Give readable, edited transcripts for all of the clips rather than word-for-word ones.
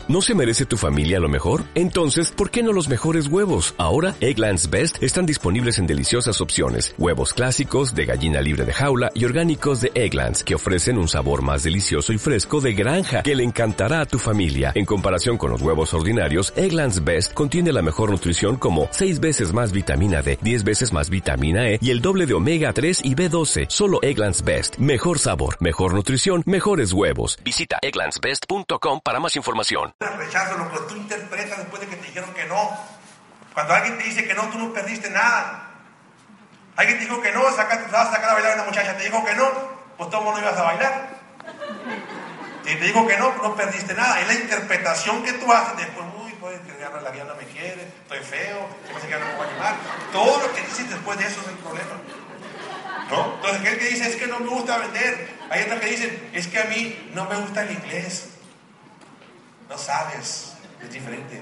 ¿No se merece tu familia lo mejor? Entonces, ¿por qué no los mejores huevos? Ahora, Eggland's Best están disponibles en deliciosas opciones. Huevos clásicos, de gallina libre de jaula y orgánicos de Eggland's, que ofrecen un sabor más delicioso y fresco de granja que le encantará a tu familia. En comparación con los huevos ordinarios, Eggland's Best contiene la mejor nutrición como 6 veces más vitamina D, 10 veces más vitamina E y el doble de omega 3 y B12. Solo Eggland's Best. Mejor sabor, mejor nutrición, mejores huevos. Visita egglandsbest.com para más información. Rechazo lo que tú interpretas después de que te dijeron que no. Cuando alguien te dice que no, tú no perdiste nada. Alguien te dijo que no, vas a sacar a bailar a una muchacha, te dijo que no, pues todo el mundo ibas a bailar. Si te dijo que no, no perdiste nada. Es la interpretación que tú haces después. Uy, pues que la vida no me quiere, estoy feo, se me hace que no me voy a animar. Todo lo que dices después de eso es el problema, ¿no? Entonces aquel que dice es que no me gusta vender. Hay otros que dicen es que a mí no me gusta el inglés. No sabes, es diferente.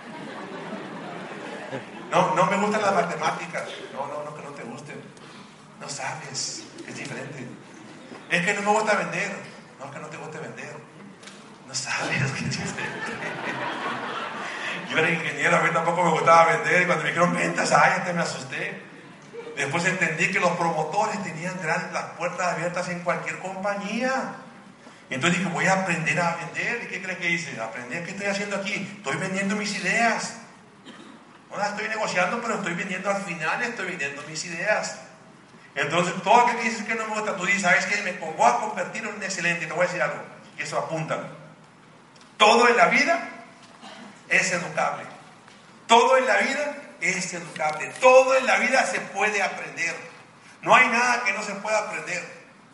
No me gustan las matemáticas. No, que no te gusten. No sabes, es diferente. Es que no me gusta vender. No, que no te guste vender. No sabes, que es diferente. Yo era ingeniero, a mí tampoco me gustaba vender. Y cuando me dijeron ventas, hasta me asusté. Después entendí que los promotores tenían las puertas abiertas en cualquier compañía. Entonces dije, voy a aprender a vender. ¿Y qué crees que hice? Aprender, ¿qué estoy haciendo aquí? Estoy vendiendo mis ideas. No las estoy negociando, pero estoy vendiendo al final, estoy vendiendo mis ideas. Entonces, todo aquel que dices que no me gusta, tú dices, ¿sabes qué? Me pongo a convertir en un excelente. Te voy a decir algo, y eso apúntalo. Todo en la vida es educable. Todo en la vida es educable. Todo en la vida se puede aprender. No hay nada que no se pueda aprender.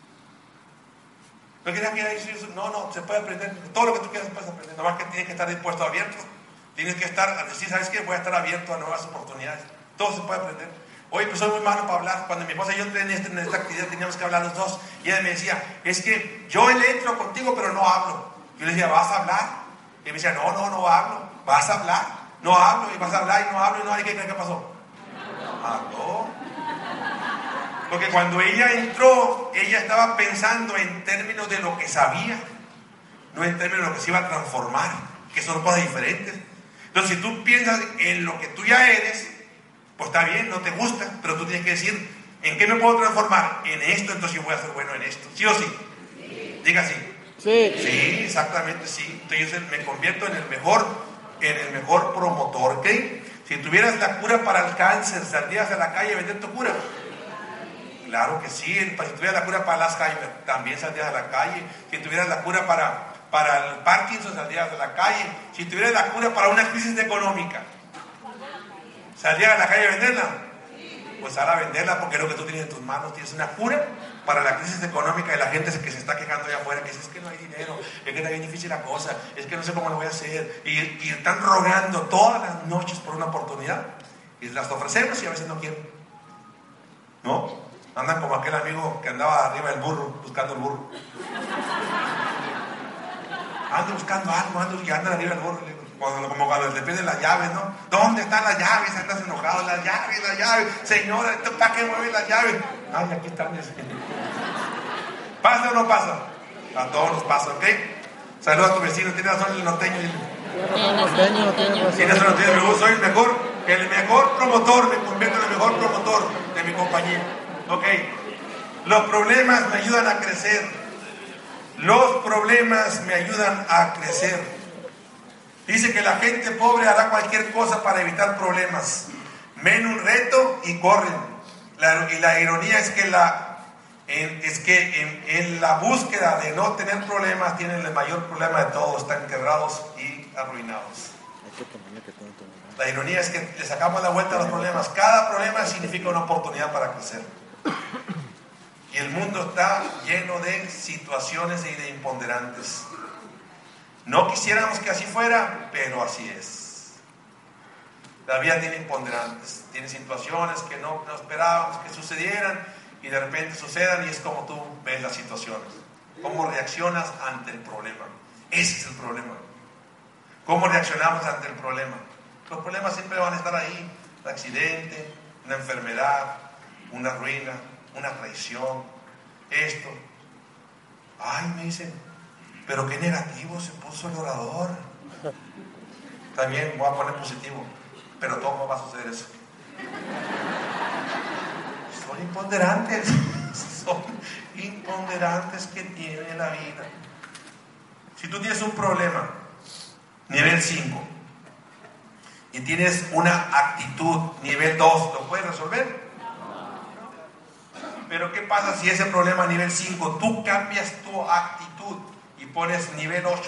No quieras decir eso. No, se puede aprender. Todo lo que tú quieras puedes aprender. Nada más que tienes que estar dispuesto a abierto. Tienes que estar, decir, ¿sabes qué? Voy a estar abierto a nuevas oportunidades. Todo se puede aprender. Oye, pues soy muy malo para hablar. Cuando mi esposa y yo entré en esta actividad teníamos que hablar los dos. Y ella me decía, es que yo le entro contigo, pero no hablo. Yo le decía, ¿vas a hablar? Y me decía, no hablo. ¿Vas a hablar? No hablo. Y vas a hablar y no hablo. ¿Y qué crees que pasó? Habló. Porque cuando ella entró, ella estaba pensando en términos de lo que sabía, no en términos de lo que se iba a transformar, que son cosas diferentes. Entonces, si tú piensas en lo que tú ya eres, pues está bien, no te gusta, pero tú tienes que decir, ¿en qué me puedo transformar? En esto, entonces yo voy a ser bueno en esto. ¿Sí o sí? Sí. Diga sí. Sí. Sí, exactamente, sí. Entonces me convierto en el mejor promotor, ¿ok? Si tuvieras la cura para el cáncer, ¿saldrías a la calle a vender tu cura? Claro que sí. Si tuvieras la cura para el Alzheimer, también saldrías a la calle. Si tuvieras la cura para el Parkinson, saldrías a la calle. Si tuvieras la cura para una crisis económica, ¿saldrías a la calle a venderla? Pues ahora a venderla, porque es lo que tú tienes en tus manos. Tienes una cura para la crisis económica de la gente que se está quejando allá afuera, que dice, es que no hay dinero, es que está bien difícil la cosa, es que no sé cómo lo voy a hacer. Y están rogando todas las noches por una oportunidad. Y las ofrecemos y a veces no quieren. ¿No? Andan como aquel amigo que andaba arriba del burro, buscando el burro. Ando buscando algo, y andan arriba del burro. Como cuando le piden las llaves, ¿no? ¿Dónde están las llaves? Andas enojado, las llaves. Señora, ¿para qué mueven las llaves? Ay, aquí están. ¿Pasa o no pasa? A todos nos pasa, ¿ok? Saludos a tu vecino, tiene razón el norteño. Tiene razón el norteño, soy el mejor promotor, me convierto en el mejor promotor de mi compañía. Ok, los problemas me ayudan a crecer. Los problemas me ayudan a crecer. Dice que la gente pobre hará cualquier cosa para evitar problemas. Ven un reto y corren. Y la ironía es que en la búsqueda de no tener problemas tienen el mayor problema de todos. Están quebrados y arruinados. La ironía es que le sacamos la vuelta a los problemas. Cada problema significa una oportunidad para crecer. Y el mundo está lleno de situaciones y de imponderantes. No quisiéramos que así fuera, pero así es. La vida tiene imponderantes, tiene situaciones que no esperábamos que sucedieran y de repente sucedan, y es como tú ves las situaciones. ¿Cómo reaccionas ante el problema? Ese es el problema. ¿Cómo reaccionamos ante el problema? Los problemas siempre van a estar ahí. Un accidente, una enfermedad, una ruina, una traición, esto. Ay, me dicen, pero qué negativo se puso el orador. También voy a poner positivo, pero todo va a suceder eso. Son imponderantes, son imponderantes que tiene la vida. Si tú tienes un problema, nivel 5, y tienes una actitud, nivel 2, ¿lo puedes resolver? Pero ¿qué pasa si ese problema nivel 5, tú cambias tu actitud y pones nivel 8?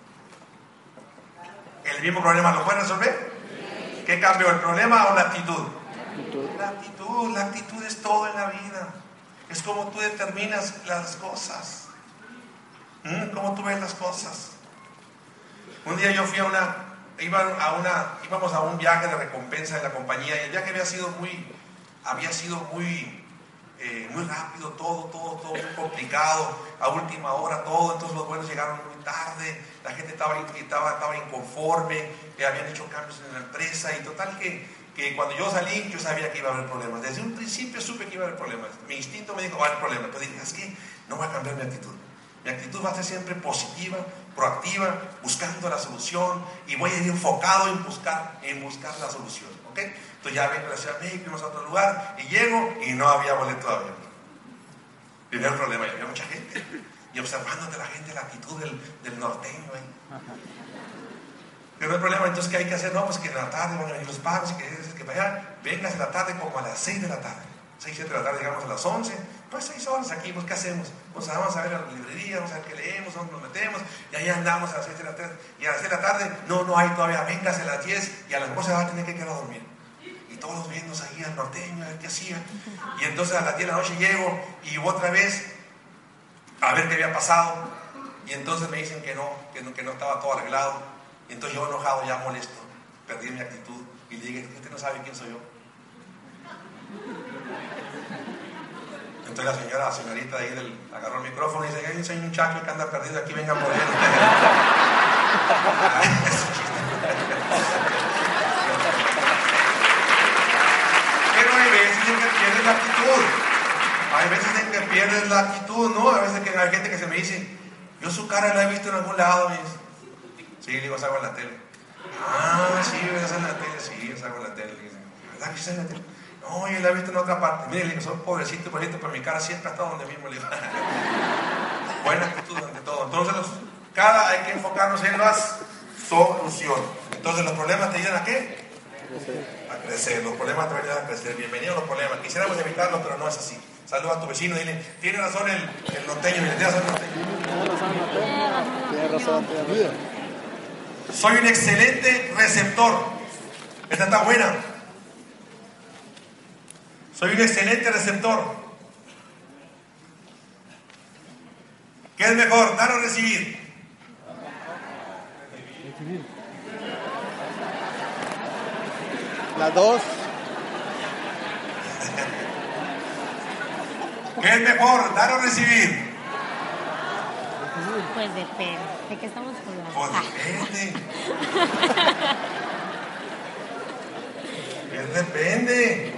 ¿El mismo problema lo puedes resolver? ¿Qué cambió, el problema o la actitud? La actitud es todo en la vida. Es como tú determinas las cosas. Cómo tú ves las cosas. Un día yo fui íbamos a un viaje de recompensa en la compañía, y el viaje había sido muy rápido, todo muy complicado, a última hora todo, entonces los vuelos llegaron muy tarde, la gente estaba inconforme, habían hecho cambios en la empresa, y total que cuando yo salí, yo sabía que iba a haber problemas. Desde un principio supe que iba a haber problemas. Mi instinto me dijo, va a haber problemas, pero dije, es que no voy a cambiar mi actitud. Mi actitud va a ser siempre positiva, proactiva, buscando la solución, y voy a ir enfocado en buscar la solución, ¿ok? Entonces ya vengo a la Ciudad de México, fuimos a otro lugar, y llego y no había boleto de avión. Primer problema, había mucha gente, y observando de la gente la actitud del norteño ahí. Primer problema, entonces, ¿qué hay que hacer? No, pues que en la tarde van a venir los pagos, y que para allá, vengas en la tarde como a las 6 de la tarde. 6, 7 de la tarde, llegamos a las 11, pues 6 horas aquí, pues ¿qué hacemos? Pues vamos a ver a la librería, vamos a ver qué leemos, dónde nos metemos, y ahí andamos a las 6 de la tarde, y a las 6 de la tarde, no hay todavía, vengas a las 10, y a las 11 se va a tener que quedar a dormir. Y todos viendo ahí al norteño, a ver qué hacía, y entonces a las 10 de la noche llego, y otra vez, a ver qué había pasado, y entonces me dicen que no estaba todo arreglado, y entonces yo enojado, ya molesto, perdí mi actitud, y le dije, usted no sabe quién soy yo. Entonces la señorita de ahí agarró el micrófono y dice, soy un muchacho que anda perdido aquí, vengan por él. Pero hay veces en que pierdes la actitud. Hay veces en que pierdes la actitud, ¿no? A veces que hay gente que se me dice, yo su cara la he visto en algún lado, me dice. Sí, digo, salgo en la tele. Ah, sí, ves en la tele, sí, salgo en la tele. ¿Verdad que sí en la tele? No, yo la he visto en otra parte. Mire, le digo, soy pobrecito, pero mi cara siempre ha estado donde mismo. Le digo, buena actitud ante todo. Entonces, hay que enfocarnos en las soluciones. Entonces, ¿los problemas te ayudan a qué? A crecer. Los problemas te ayudan a crecer. Bienvenidos los problemas. Quisiéramos evitarlos, pero no es así. Saluda a tu vecino, dile, tiene razón el norteño, tiene razón el norteño. Tiene razón. Soy un excelente receptor. Esta está buena. Soy un excelente receptor. ¿Qué es mejor, dar o recibir? Las dos. ¿Qué es mejor, dar o recibir? Pues depende. ¿De qué estamos hablando? Pues depende. Depende.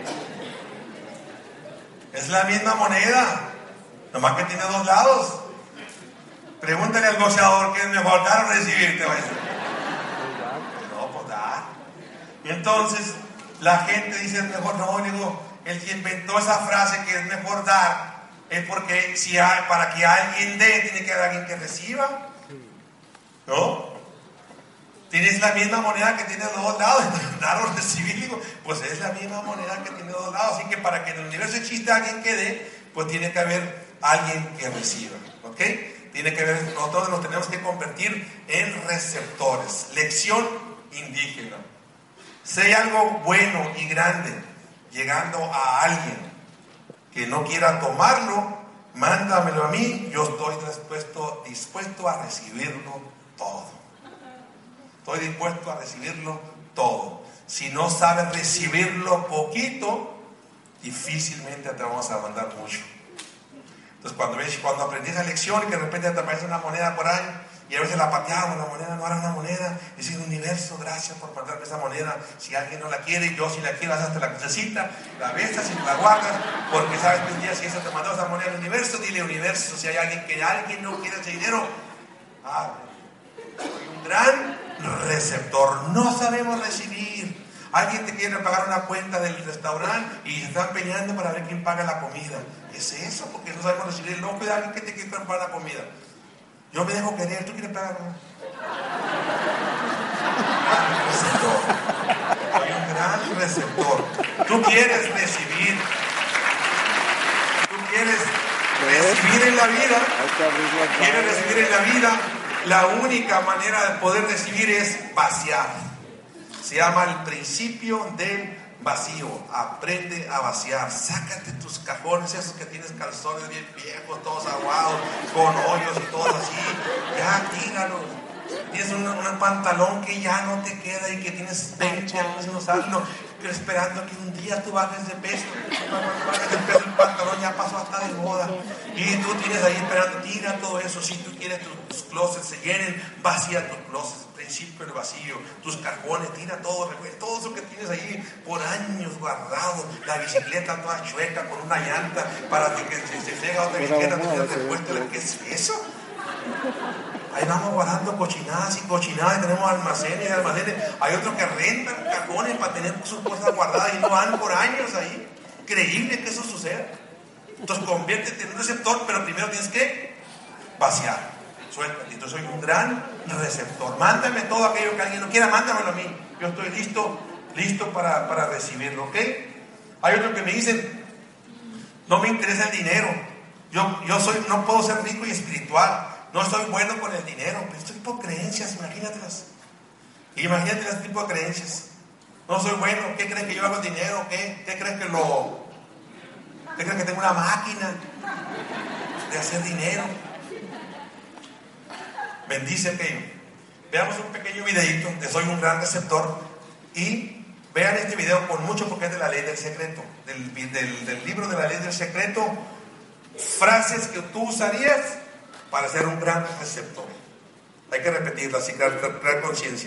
Es la misma moneda, nomás que tiene dos lados. Pregúntale al boxeador qué es mejor, dar o recibir, te va a decir. No, pues dar. Y entonces la gente dice es mejor, no, digo, el que inventó esa frase que es mejor dar es porque para que alguien dé tiene que haber alguien que reciba, ¿no? Tienes la misma moneda que tiene dos lados, dar o recibir, digo, pues es la misma moneda que tiene dos lados, así que para que en el universo exista alguien que dé, pues tiene que haber alguien que reciba, ¿ok? Tiene que haber, nosotros nos tenemos que convertir en receptores. Lección indígena. Si hay algo bueno y grande llegando a alguien que no quiera tomarlo, mándamelo a mí, yo estoy dispuesto a recibirlo todo. Estoy dispuesto a recibirlo todo. Si no sabes recibirlo poquito, difícilmente te vamos a mandar mucho. Entonces cuando aprendí esa lección y que de repente te aparece una moneda por ahí, y a veces la pateamos, la moneda no era una moneda, es el universo, gracias por mandarme esa moneda. Si alguien no la quiere, yo si la quiero, hasta la necesita, la besas y la guardas, porque sabes que un día si eso te mandó esa moneda al universo, dile universo, si hay alguien no quiere ese dinero, soy un gran receptor. No sabemos recibir. Alguien te quiere pagar una cuenta del restaurante y se están peleando para ver quién paga la comida. ¿Qué es eso? Porque no sabemos recibir el ojo de alguien que te quiere pagar la comida. Yo me dejo querer, ¿tú quieres pagar? Receptor. Soy un gran receptor. Tú quieres recibir. Tú quieres recibir en la vida. Quieres recibir en la vida. La única manera de poder recibir es vaciar. Se llama el principio del vacío. Aprende a vaciar. Sácate tus cajones, esos que tienes calzones bien viejos, todos aguados, con hoyos y todo así. Ya, tíralos. Tienes un pantalón que ya no te queda y que tienes 20 años sin usarlo, pero esperando que un día tú bajes de peso. Cuando bajes de peso, el pantalón ya pasó hasta de moda. Y tú tienes ahí esperando, tira todo eso. Si tú quieres tus closets se llenen, vacía tus closets. Principio del vacío, tus cajones, tira todo, recuerda todo eso que tienes ahí por años guardado, la bicicleta toda chueca con una llanta para que se pega otra bicicleta, ¿qué es eso? Ahí vamos guardando cochinadas y cochinadas, tenemos almacenes y almacenes. Hay otros que rentan cajones para tener sus cosas guardadas y no van por años ahí. Increíble que eso suceda. Entonces conviértete en un receptor, pero primero tienes que vaciar. Suéltate. Entonces soy un gran receptor. Mándame todo aquello que alguien no quiera, mándamelo a mí. Yo estoy listo para recibirlo, ¿ok? Hay otros que me dicen, no me interesa el dinero. Yo no puedo ser rico y espiritual. No soy bueno con el dinero. Pero este tipo de creencias, imagínatelas. Imagínate este tipo de creencias. No soy bueno. ¿Qué crees que yo hago el dinero? ¿Qué crees que ¿Qué crees que tengo una máquina de hacer dinero? Bendice aquello. Veamos un pequeño videito de Soy un gran receptor y vean este video con mucho porque es de la ley del secreto, del libro de la ley del secreto, frases que tú usarías para ser un gran receptor. Hay que repetirlas y crear conciencia.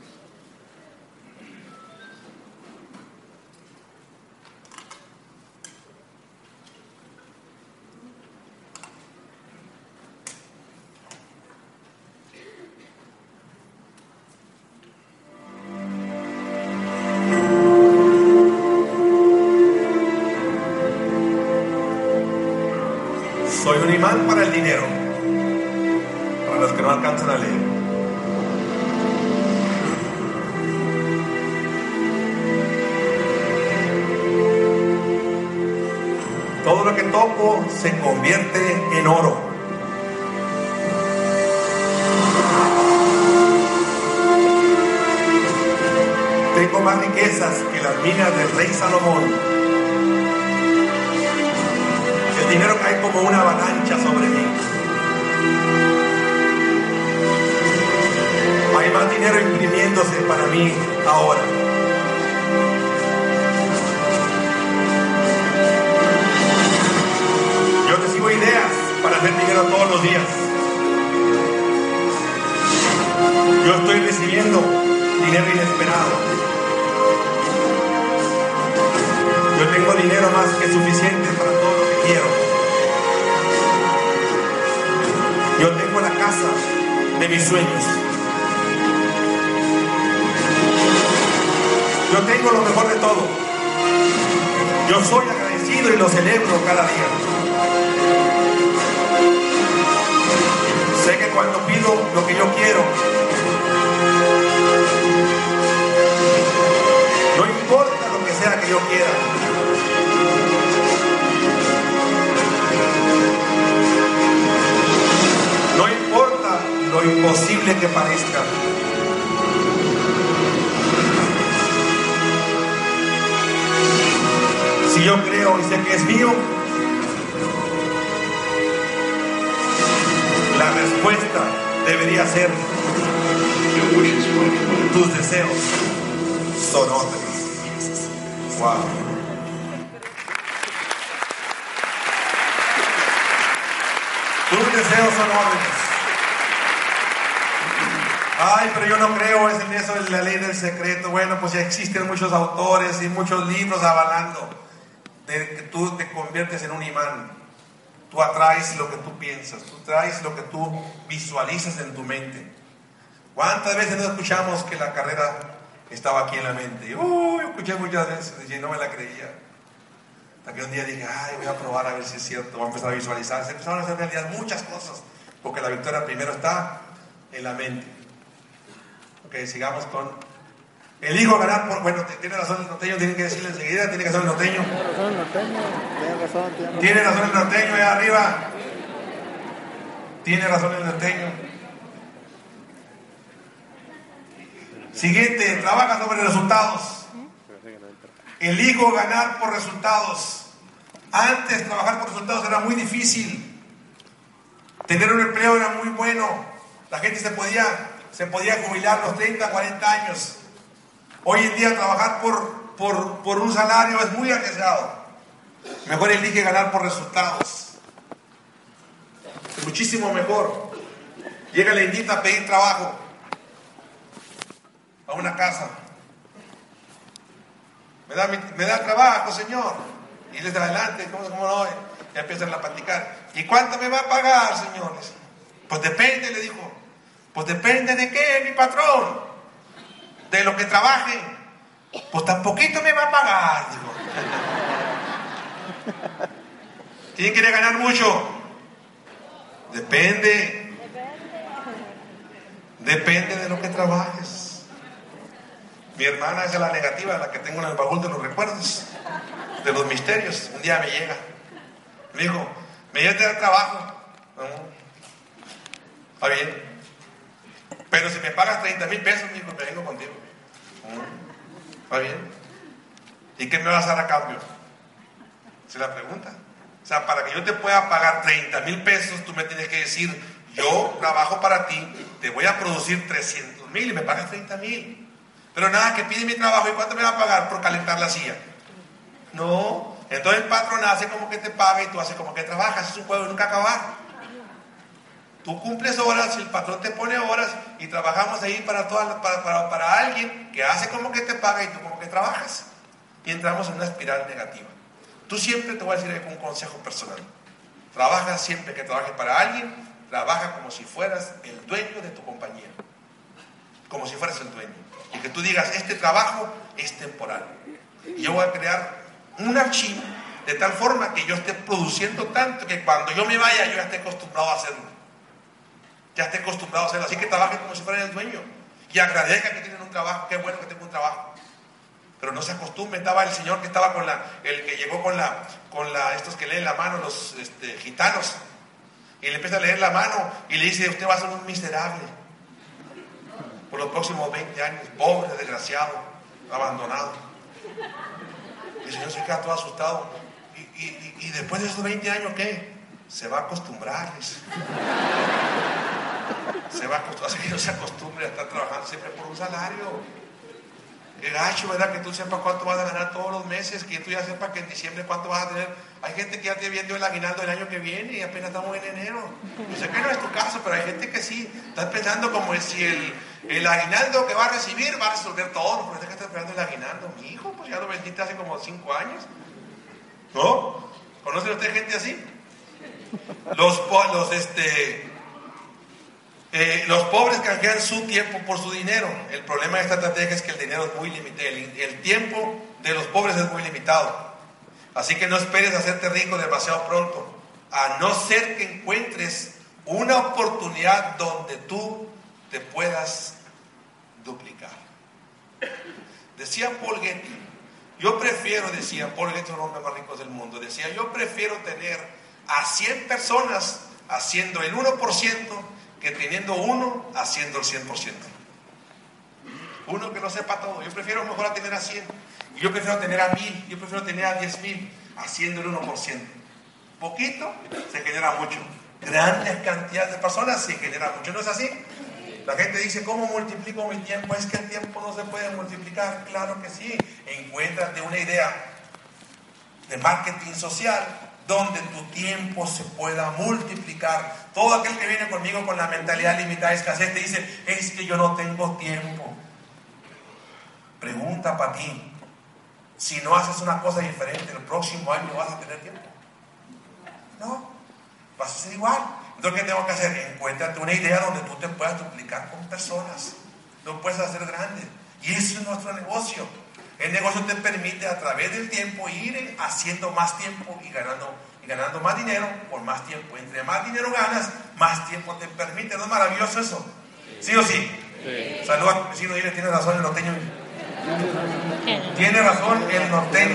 Soy un imán para el dinero. Para los que no alcanzan a leer. Todo lo que toco se convierte en oro. Tengo más riquezas que las minas del rey Salomón. El dinero cae como una avalancha sobre mí. Hay más dinero imprimiéndose para mí ahora. Yo recibo ideas para hacer dinero todos los días. Yo estoy recibiendo dinero inesperado. Yo tengo dinero más que suficiente para todo lo que quiero. Yo tengo la casa de mis sueños. Yo tengo lo mejor de todo. Yo soy agradecido y lo celebro cada día. Sé que cuando pido lo que yo quiero, no importa lo que sea que yo quiera, no importa lo imposible que parezca. Si yo creo y sé que es mío, la respuesta debería ser: tus deseos son órdenes. Wow. Tus deseos son órdenes. Ay, pero yo no creo en eso de la ley del secreto. Bueno, pues ya existen muchos autores y muchos libros avalando de que tú te conviertes en un imán. Tú atraes lo que tú piensas, tú traes lo que tú visualizas en tu mente. ¿Cuántas veces no escuchamos que la carrera estaba aquí en la mente? Escuché muchas veces y no me la creía. Hasta que un día dije, voy a probar a ver si es cierto, voy a empezar a visualizar. Se empezaron a hacer realidad muchas cosas, porque la victoria primero está en la mente. Ok, sigamos con el hijo ganar por... Bueno, tiene razón el norteño, tienen que decirle enseguida, tiene razón el norteño. Tiene razón el norteño, tiene razón. Tiene razón el norteño allá arriba. Tiene razón el norteño. Siguiente, trabaja sobre resultados. Elijo ganar por resultados. Antes trabajar por resultados era muy difícil. Tener un empleo era muy bueno. La gente se podía jubilar a los 30, 40 años. Hoy en día trabajar por un salario es muy arriesgado. Mejor elige ganar por resultados. Muchísimo mejor. Llega, le invita a pedir trabajo a una casa. Me da trabajo, señor. Y les adelante, ¿cómo no? Ya empiezan a platicar. ¿Y cuánto me va a pagar, señores? Pues depende, le dijo. Pues depende de qué, mi patrón. De lo que trabaje. Pues tan poquito me va a pagar, dijo. ¿Quién quiere ganar mucho? Depende. Depende de lo que trabajes. Mi hermana es la negativa, la que tengo en el baúl de los recuerdos, de los misterios. Un día me llega, me dijo, me llevas a dar trabajo. Está bien, pero si me pagas 30,000 pesos, me dijo, me vengo contigo. Está bien. ¿Y qué me vas a dar a cambio? Se la pregunta. O sea, para que yo te pueda pagar 30,000 pesos, tú me tienes que decir, yo trabajo para ti, te voy a producir 300,000 y me pagas 30,000. Pero nada, que pide mi trabajo, ¿y cuánto me va a pagar por calentar la silla? No, entonces el patrón hace como que te paga y tú haces como que trabajas. Es un juego de nunca acabar. Tú cumples horas, el patrón te pone horas y trabajamos ahí para alguien que hace como que te paga y tú como que trabajas. Y entramos en una espiral negativa. Tú siempre, te voy a decir un consejo personal. Trabaja siempre que trabajes para alguien, trabaja como si fueras el dueño de tu compañía. Como si fueras el dueño. Y que tú digas, este trabajo es temporal. Y yo voy a crear un archivo de tal forma que yo esté produciendo tanto que cuando yo me vaya yo ya esté acostumbrado a hacerlo. Ya esté acostumbrado a hacerlo. Así que trabaje como si fuera el dueño. Y agradezca que tienen un trabajo. Qué bueno que tengo un trabajo. Pero no se acostumbre. Estaba el señor que estaba el que llegó con estos que leen la mano, los gitanos. Y le empieza a leer la mano y le dice, usted va a ser un miserable por los próximos 20 años, pobre, desgraciado, abandonado. Y el señor se queda todo asustado. ¿Y después de esos 20 años qué? Se va a acostumbrar. Se va a acostumbrar, así que no se acostumbre a estar trabajando siempre por un salario. Qué gacho, ¿verdad? Que tú sepas cuánto vas a ganar todos los meses, que tú ya sepas que en diciembre cuánto vas a tener. Hay gente que ya te viendo el aguinaldo del año que viene y apenas estamos en enero. Yo sé que no es tu caso, pero hay gente que sí. Estás pensando como si el aguinaldo que va a recibir va a resolver todo. Por eso es que estás esperando el aguinaldo. Mi hijo, pues ya lo vendiste hace como 5 años. ¿No? ¿Conoce usted gente así? Los pobres canjean su tiempo por su dinero. El problema de esta estrategia es que el dinero es muy limitado. El tiempo de los pobres es muy limitado. Así que no esperes hacerte rico demasiado pronto, a no ser que encuentres una oportunidad donde tú te puedas duplicar. Decía Paul Getty, decía Paul Getty, uno de los hombres más ricos del mundo, decía, yo prefiero tener a 100 personas haciendo el 1% que teniendo uno haciendo el 100%. Uno que no sepa todo. Yo prefiero mejor a tener a 100. Yo prefiero tener a 1,000. Yo prefiero tener a 10,000 haciendo el 1%. Poquito se genera mucho. Grandes cantidades de personas se genera mucho. ¿No es así? La gente dice, ¿cómo multiplico mi tiempo? Es que el tiempo no se puede multiplicar. Claro que sí. Encuéntrate una idea de marketing social donde tu tiempo se pueda multiplicar. Todo aquel que viene conmigo con la mentalidad limitada de escasez te dice, es que yo no tengo tiempo. Pregunta para ti, si no haces una cosa diferente, el próximo año vas a tener tiempo. No, vas a ser igual. Entonces, ¿qué tengo que hacer? Encuéntrate una idea donde tú te puedas duplicar con personas. Lo puedes hacer grande. Y eso es nuestro negocio. El negocio te permite a través del tiempo ir haciendo más tiempo y ganando más dinero por más tiempo. Entre más dinero ganas, más tiempo te permite. ¿No es maravilloso eso? ¿Sí o sí? Sí. Saluda a tu vecino y dile, tiene razón el norteño. Tiene razón el norteño.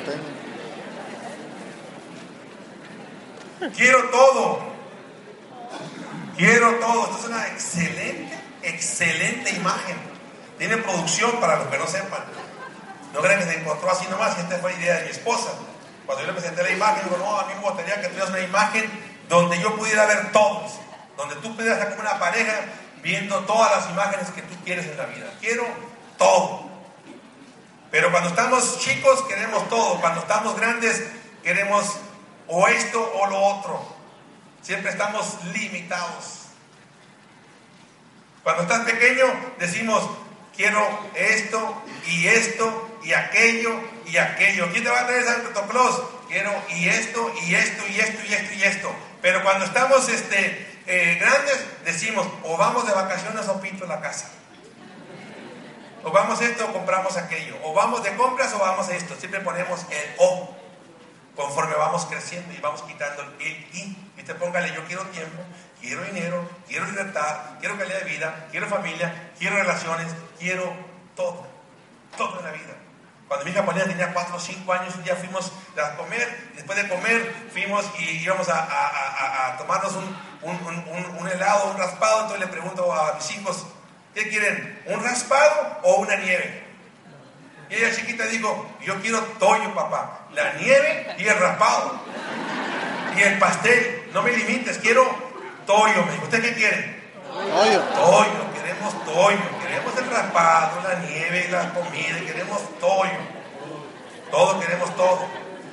Quiero todo. Quiero todo. Esto es una excelente imagen. Tiene producción para los que no sepan. No crean que se encontró así nomás. Esta fue idea de mi esposa. Cuando yo le presenté la imagen, digo, no, a mí me gustaría que tuvieras una imagen donde yo pudiera ver todos. Donde tú pudieras estar como una pareja viendo todas las imágenes que tú quieres en la vida. Quiero todo. Pero cuando estamos chicos queremos todo. Cuando estamos grandes queremos o esto o lo otro. Siempre estamos limitados. Cuando estás pequeño decimos, quiero esto y aquello y aquello. ¿Quién te va a traer Santa Claus? Quiero y esto y esto y esto y esto y esto. Pero cuando estamos grandes decimos, o vamos de vacaciones o pinto la casa. O vamos esto o compramos aquello. O vamos de compras o vamos a esto. Siempre ponemos el o. Conforme vamos creciendo y vamos quitando el y. Y te póngale, yo quiero tiempo, quiero dinero, quiero libertad, quiero calidad de vida, quiero familia, quiero relaciones, quiero todo. Todo en la vida. Cuando mi hija Paulina tenía 4 o 5 años, un día fuimos a comer, y después de comer fuimos y íbamos a tomarnos un helado, un raspado. Entonces le pregunto a mis hijos, ¿qué quieren? ¿Un raspado o una nieve? Y ella chiquita dijo, yo quiero toyo, papá, la nieve y el raspado y el pastel. No me limites, quiero toyo. Me dijo, ¿usted qué quiere? Toyo, queremos toyo. Queremos el raspado, la nieve, la comida, queremos toyo. Todo, queremos todo.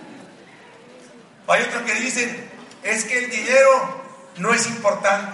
Hay otros que dicen, es que el dinero no es importante.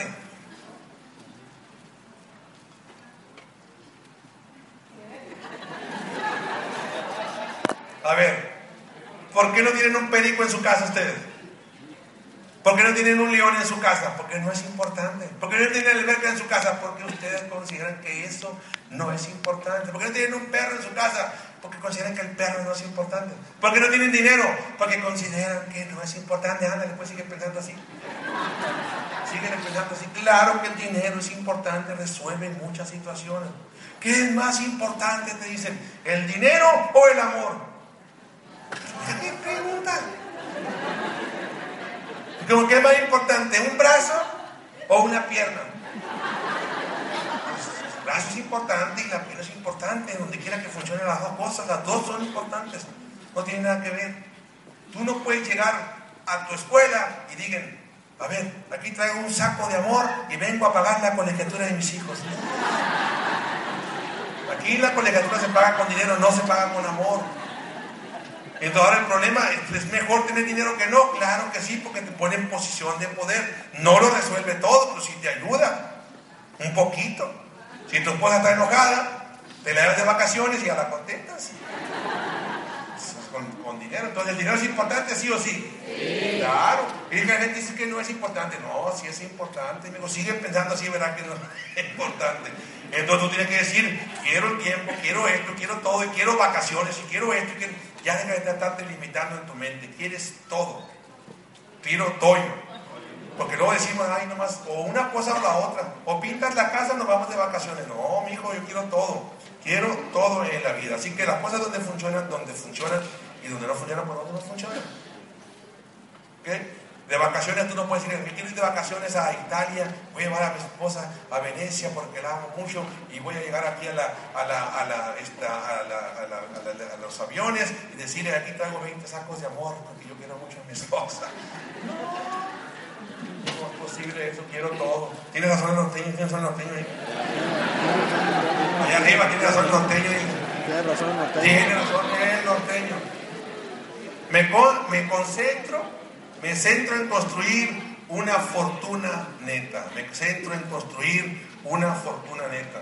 A ver, ¿por qué no tienen un perico en su casa ustedes? ¿Por qué no tienen un león en su casa? Porque no es importante. ¿Por qué no tienen alberca en su casa? Porque ustedes consideran que eso no es importante. ¿Por qué no tienen un perro en su casa? Porque consideran que el perro no es importante. ¿Por qué no tienen dinero? Porque consideran que no es importante. Ándale, pues sigue pensando así. Siguen pensando así. Claro que el dinero es importante, resuelve muchas situaciones. ¿Qué es más importante? Te dicen, ¿el dinero o el amor? ¿Qué pregunta? ¿Qué es más importante? ¿Un brazo o una pierna? Pues, el brazo es importante y la pierna es importante. Donde quiera que funcionen las dos cosas, las dos son importantes. No tienen nada que ver. Tú no puedes llegar a tu escuela y digan, a ver, aquí traigo un saco de amor y vengo a pagar la colegiatura de mis hijos. Aquí la colegiatura se paga con dinero, no se paga con amor. Entonces ahora el problema es mejor tener dinero que no. Claro que sí, porque te pone en posición de poder. No lo resuelve todo, pero sí te ayuda un poquito. Si tu esposa está enojada, te la llevas de vacaciones y ya la contentas con dinero. Entonces el dinero es importante, sí o sí. Sí. Claro. Y la gente dice que no es importante. No, sí es importante. Amigo, sigue pensando así, verá que no es importante. Entonces tú tienes que decir, quiero el tiempo, quiero esto, quiero todo, y quiero vacaciones, y quiero esto, y quiero... Ya deja de estarte limitando en tu mente. Quieres todo. Quiero toyo. Porque luego decimos, ay, nomás, o una cosa o la otra. O pintas la casa o nos vamos de vacaciones. No, mijo, yo quiero todo. Quiero todo en la vida. Así que las cosas donde funcionan, y donde no funcionan, pues donde no funcionan. ¿Ok? De vacaciones tú no puedes decir, quiero ir de vacaciones a Italia, voy a llevar a mi esposa a Venecia porque la amo mucho y voy a llegar aquí a los aviones y decirle, aquí traigo 20 sacos de amor porque yo quiero mucho a mi esposa. No es posible eso, quiero todo. Tienes razón el norteño, tienes razón el norteño ahí. Allá arriba tienes razón el norteño ahí. Tienes razón el norteño. Tienes razón el norteño. Me centro en construir una fortuna neta. Me centro en construir una fortuna neta.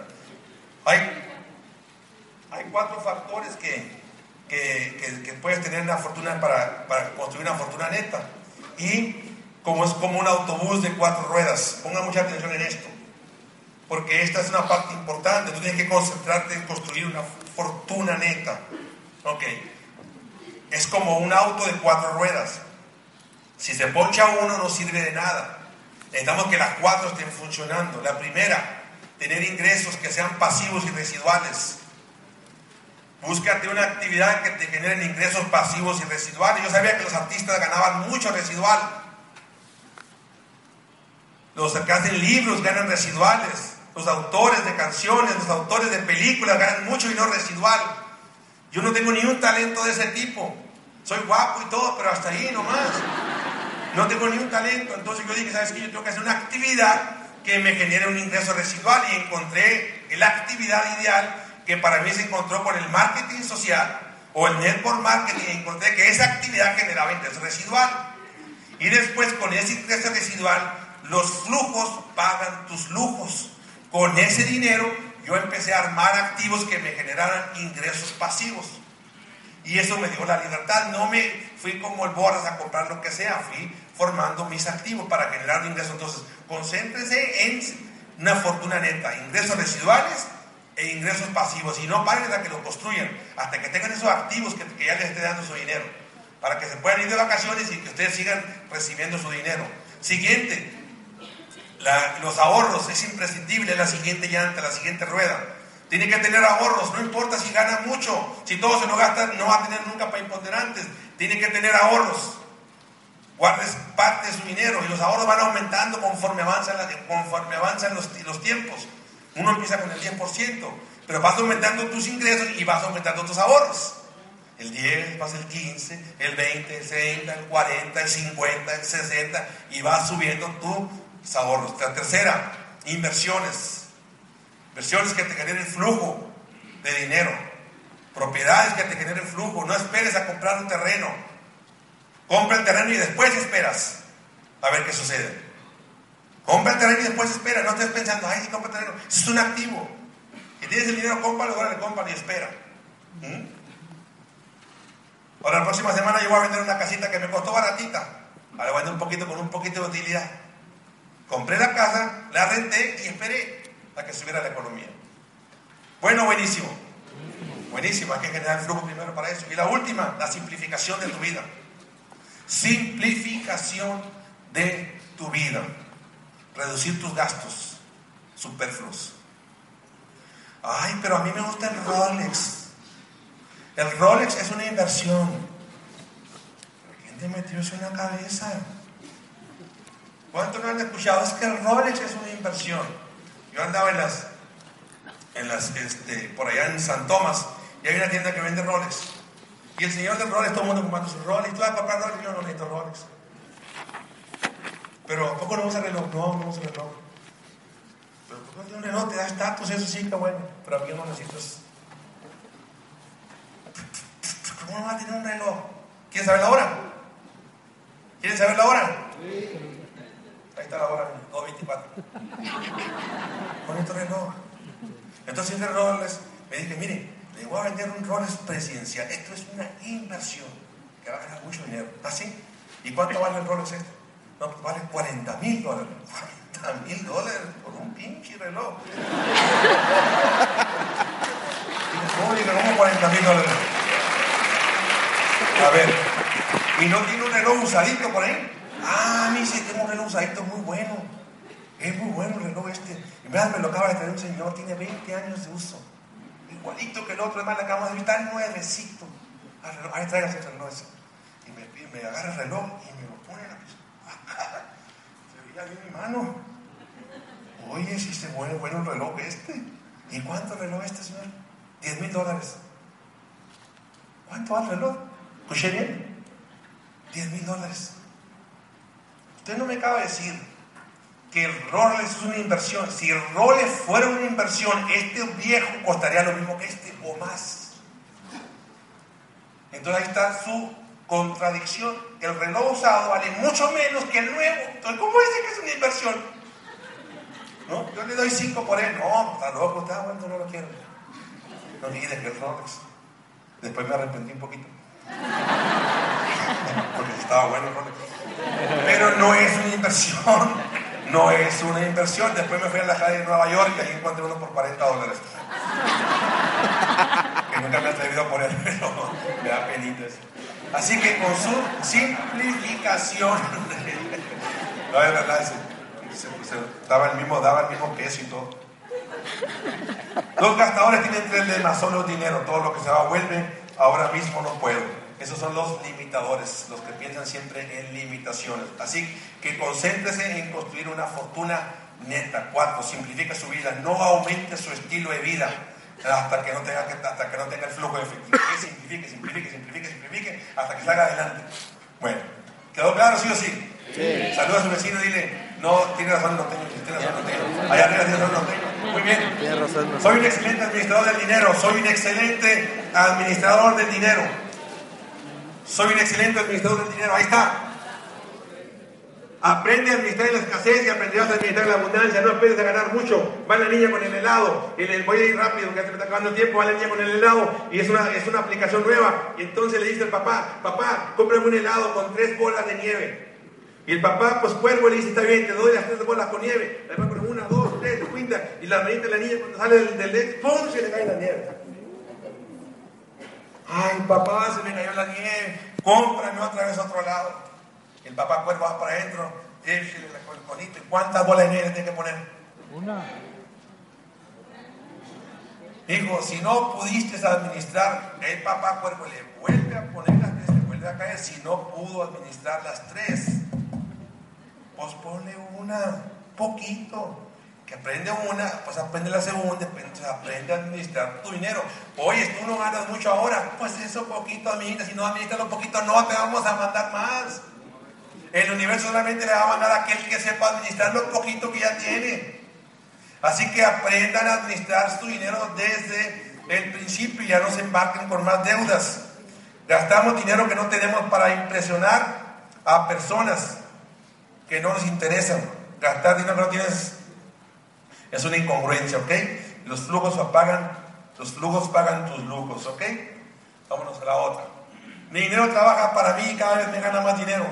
Hay 4 factores que puedes tener una fortuna para construir una fortuna neta. Y como es como un autobús de 4 ruedas. Pongan mucha atención en esto, porque esta es una parte importante. Tú tienes que concentrarte en construir una fortuna neta. Ok, es como un auto de 4 ruedas. Si se poncha uno no sirve de nada. Necesitamos que las 4 estén funcionando. La primera, tener ingresos que sean pasivos y residuales. Búscate una actividad que te genere ingresos pasivos y residuales. Yo sabía que los artistas ganaban mucho residual. Los que hacen libros ganan residuales. Los autores de canciones, los autores de películas ganan mucho dinero residual. Yo no tengo ni un talento de ese tipo. Soy guapo y todo, pero hasta ahí nomás. No tengo ni un talento. Entonces yo dije, ¿sabes qué? Yo tengo que hacer una actividad que me genere un ingreso residual, y encontré la actividad ideal que para mí se encontró con el marketing social o el network marketing. Encontré que esa actividad generaba ingreso residual, y después con ese ingreso residual los flujos pagan tus lujos. Con ese dinero yo empecé a armar activos que me generaran ingresos pasivos, y eso me dio la libertad. No me fui como el Borras a comprar lo que sea, fui formando mis activos para generar un ingreso. Entonces, concéntrese en una fortuna neta, ingresos residuales e ingresos pasivos, y no paren hasta que lo construyan, hasta que tengan esos activos que ya les esté dando su dinero, para que se puedan ir de vacaciones y que ustedes sigan recibiendo su dinero. Siguiente, los ahorros. Es imprescindible, la siguiente llanta, la siguiente rueda. Tiene que tener ahorros, no importa si gana mucho, si todo se lo gasta, no va a tener nunca para imponderantes. Tiene que tener ahorros. Guardes parte de su dinero, y los ahorros van aumentando conforme avanzan los tiempos. Uno empieza con el 10%, pero vas aumentando tus ingresos y vas aumentando tus ahorros. El 10, pasa el 15, el 20, el 30, el 40, el 50, el 60, y vas subiendo tus ahorros. La tercera, inversiones. Inversiones que te generen flujo de dinero. Propiedades que te generen flujo. No esperes a comprar un terreno. Compra el terreno y después esperas a ver qué sucede. Compra el terreno y después esperas. No estés pensando, ay, si compra el terreno. Eso es un activo. Si tienes el dinero, cómpralo, ahora le compran y espera. Ahora, la próxima semana yo voy a vender una casita que me costó baratita. Ahora voy a vender un poquito con un poquito de utilidad. Compré la casa, la renté y esperé a que subiera la economía. Bueno, buenísimo. Buenísimo, hay que generar flujo primero para eso. Y la última, la simplificación de tu vida. Simplificación de tu vida. Reducir tus gastos superfluos. Ay, pero a mí me gusta el Rolex. El Rolex es una inversión. ¿Quién te metió eso en la cabeza? ¿Cuánto no han escuchado? Es que el Rolex es una inversión. Yo andaba por allá en San Tomás, y hay una tienda que vende Rolex. Y el señor del Rolex, todo el mundo comprando su Rolex. ¿Tú vas a comprar Rolex? Yo no necesito Rolex. Pero ¿a poco no usa reloj? No usa reloj. Pero ¿por qué un reloj te da estatus? Eso sí que bueno. Pero a mí yo no necesito eso. ¿Cómo no va a tener un reloj? ¿Quieres saber la hora? ¿Quieren saber la hora? Sí. Ahí está la hora, 2:24. Bonito reloj. Entonces el Rolex, me dije, mire, le voy a vender un Rolex presidencial. Esto es una inversión que va a ganar mucho dinero. ¿Así? ¿Y cuánto vale el Rolex este? No, pues vale $40,000. $40,000 por un pinche reloj. ¿Cómo digo? ¿Cómo $40,000? A ver, ¿y no tiene un reloj usadito por ahí? Ah, a mí sí tengo un reloj usadito muy bueno. Es muy bueno el reloj este. En verdad me lo acaba de traer un señor, tiene 20 años de uso. Igualito que el otro, además le acabamos de ver, está nuevecito. Ahí tráigase el reloj ese. Y me agarra el reloj y me lo pone en la pieza. Se veía bien mi mano. Oye, si se mueve bueno el reloj este. ¿Y cuánto el reloj este, señor? $10,000. ¿Cuánto vale el reloj? ¿Escuché bien? $10,000. Usted no me acaba de decir que el Rolex es una inversión. Si el Rolex fuera una inversión, este viejo costaría lo mismo que este o más. Entonces ahí está su contradicción. El reloj usado vale mucho menos que el nuevo. Entonces, ¿cómo dice que es una inversión? ¿No? Yo le doy 5 por él. No, está loco, está bueno, no lo quiero. No olvides que el Rolex. Después me arrepentí un poquito. Porque estaba bueno el Rolex. Pero no es una inversión, no es una inversión. Después me fui a la calle de Nueva York y ahí encontré uno por $40. Que nunca me he atrevido a poner, pero me da penita eso. Así que con su simplificación, no es verdad, daba el mismo queso y todo. Los gastadores tienen 3 lemas: solo dinero, todo lo que se va vuelve, ahora mismo no puedo. Esos son los limitadores, los que piensan siempre en limitaciones. Así que concéntrese en construir una fortuna neta. 4, simplifica su vida, no aumente su estilo de vida hasta que no tenga el flujo de efectivo. Simplifique, hasta que salga adelante. Bueno, ¿quedó claro, sí o sí? Sí. Saluda a su vecino y dile: no, tiene razón, no tengo. Allá arriba tiene razón, no tengo. Muy bien. Tiene razón, no. Soy un excelente administrador del dinero. Soy un excelente administrador del dinero. Soy un excelente administrador del dinero. Ahí está. Aprende a administrar la escasez y aprenderás a administrar la abundancia. No esperes a ganar mucho. Va la niña con el helado. Voy a ir rápido, que ya se me está acabando el tiempo. Va la niña con el helado y es una aplicación nueva. Y entonces le dice al papá: papá, cómprame un helado con 3 bolas de nieve. Y el papá, pues cuervo, le dice: está bien, te doy las 3 bolas con nieve. Le va con 1, 2, 3, cuenta. Y la manita de la niña, cuando sale del ex, ¡pum!, se le cae la nieve. Ay, papá, se me cayó la nieve. Cómprame otra vez otro helado. El papá cuervo va para adentro, échale el conito. ¿Cuántas bolas de nieve tiene que poner? 1. Hijo, si no pudiste administrar, el papá cuervo le vuelve a poner las 3, le vuelve a caer. Si no pudo administrar las 3, pues ponle una, poquito. Que aprende una, pues aprende la segunda, pues aprende a administrar tu dinero. Oye, tú no ganas mucho ahora, pues eso poquito administra. Si no administras lo poquito, no te vamos a mandar más. El universo solamente le va a mandar a aquel que sepa administrar lo poquito que ya tiene. Así que aprendan a administrar su dinero desde el principio y ya no se embarquen con más deudas. Gastamos dinero que no tenemos para impresionar a personas que no nos interesan. Gastar dinero que no tienes es una incongruencia, ¿ok? Los flujos pagan tus lujos, ¿ok? Vámonos a la otra. Mi dinero trabaja para mí y cada vez me gana más dinero.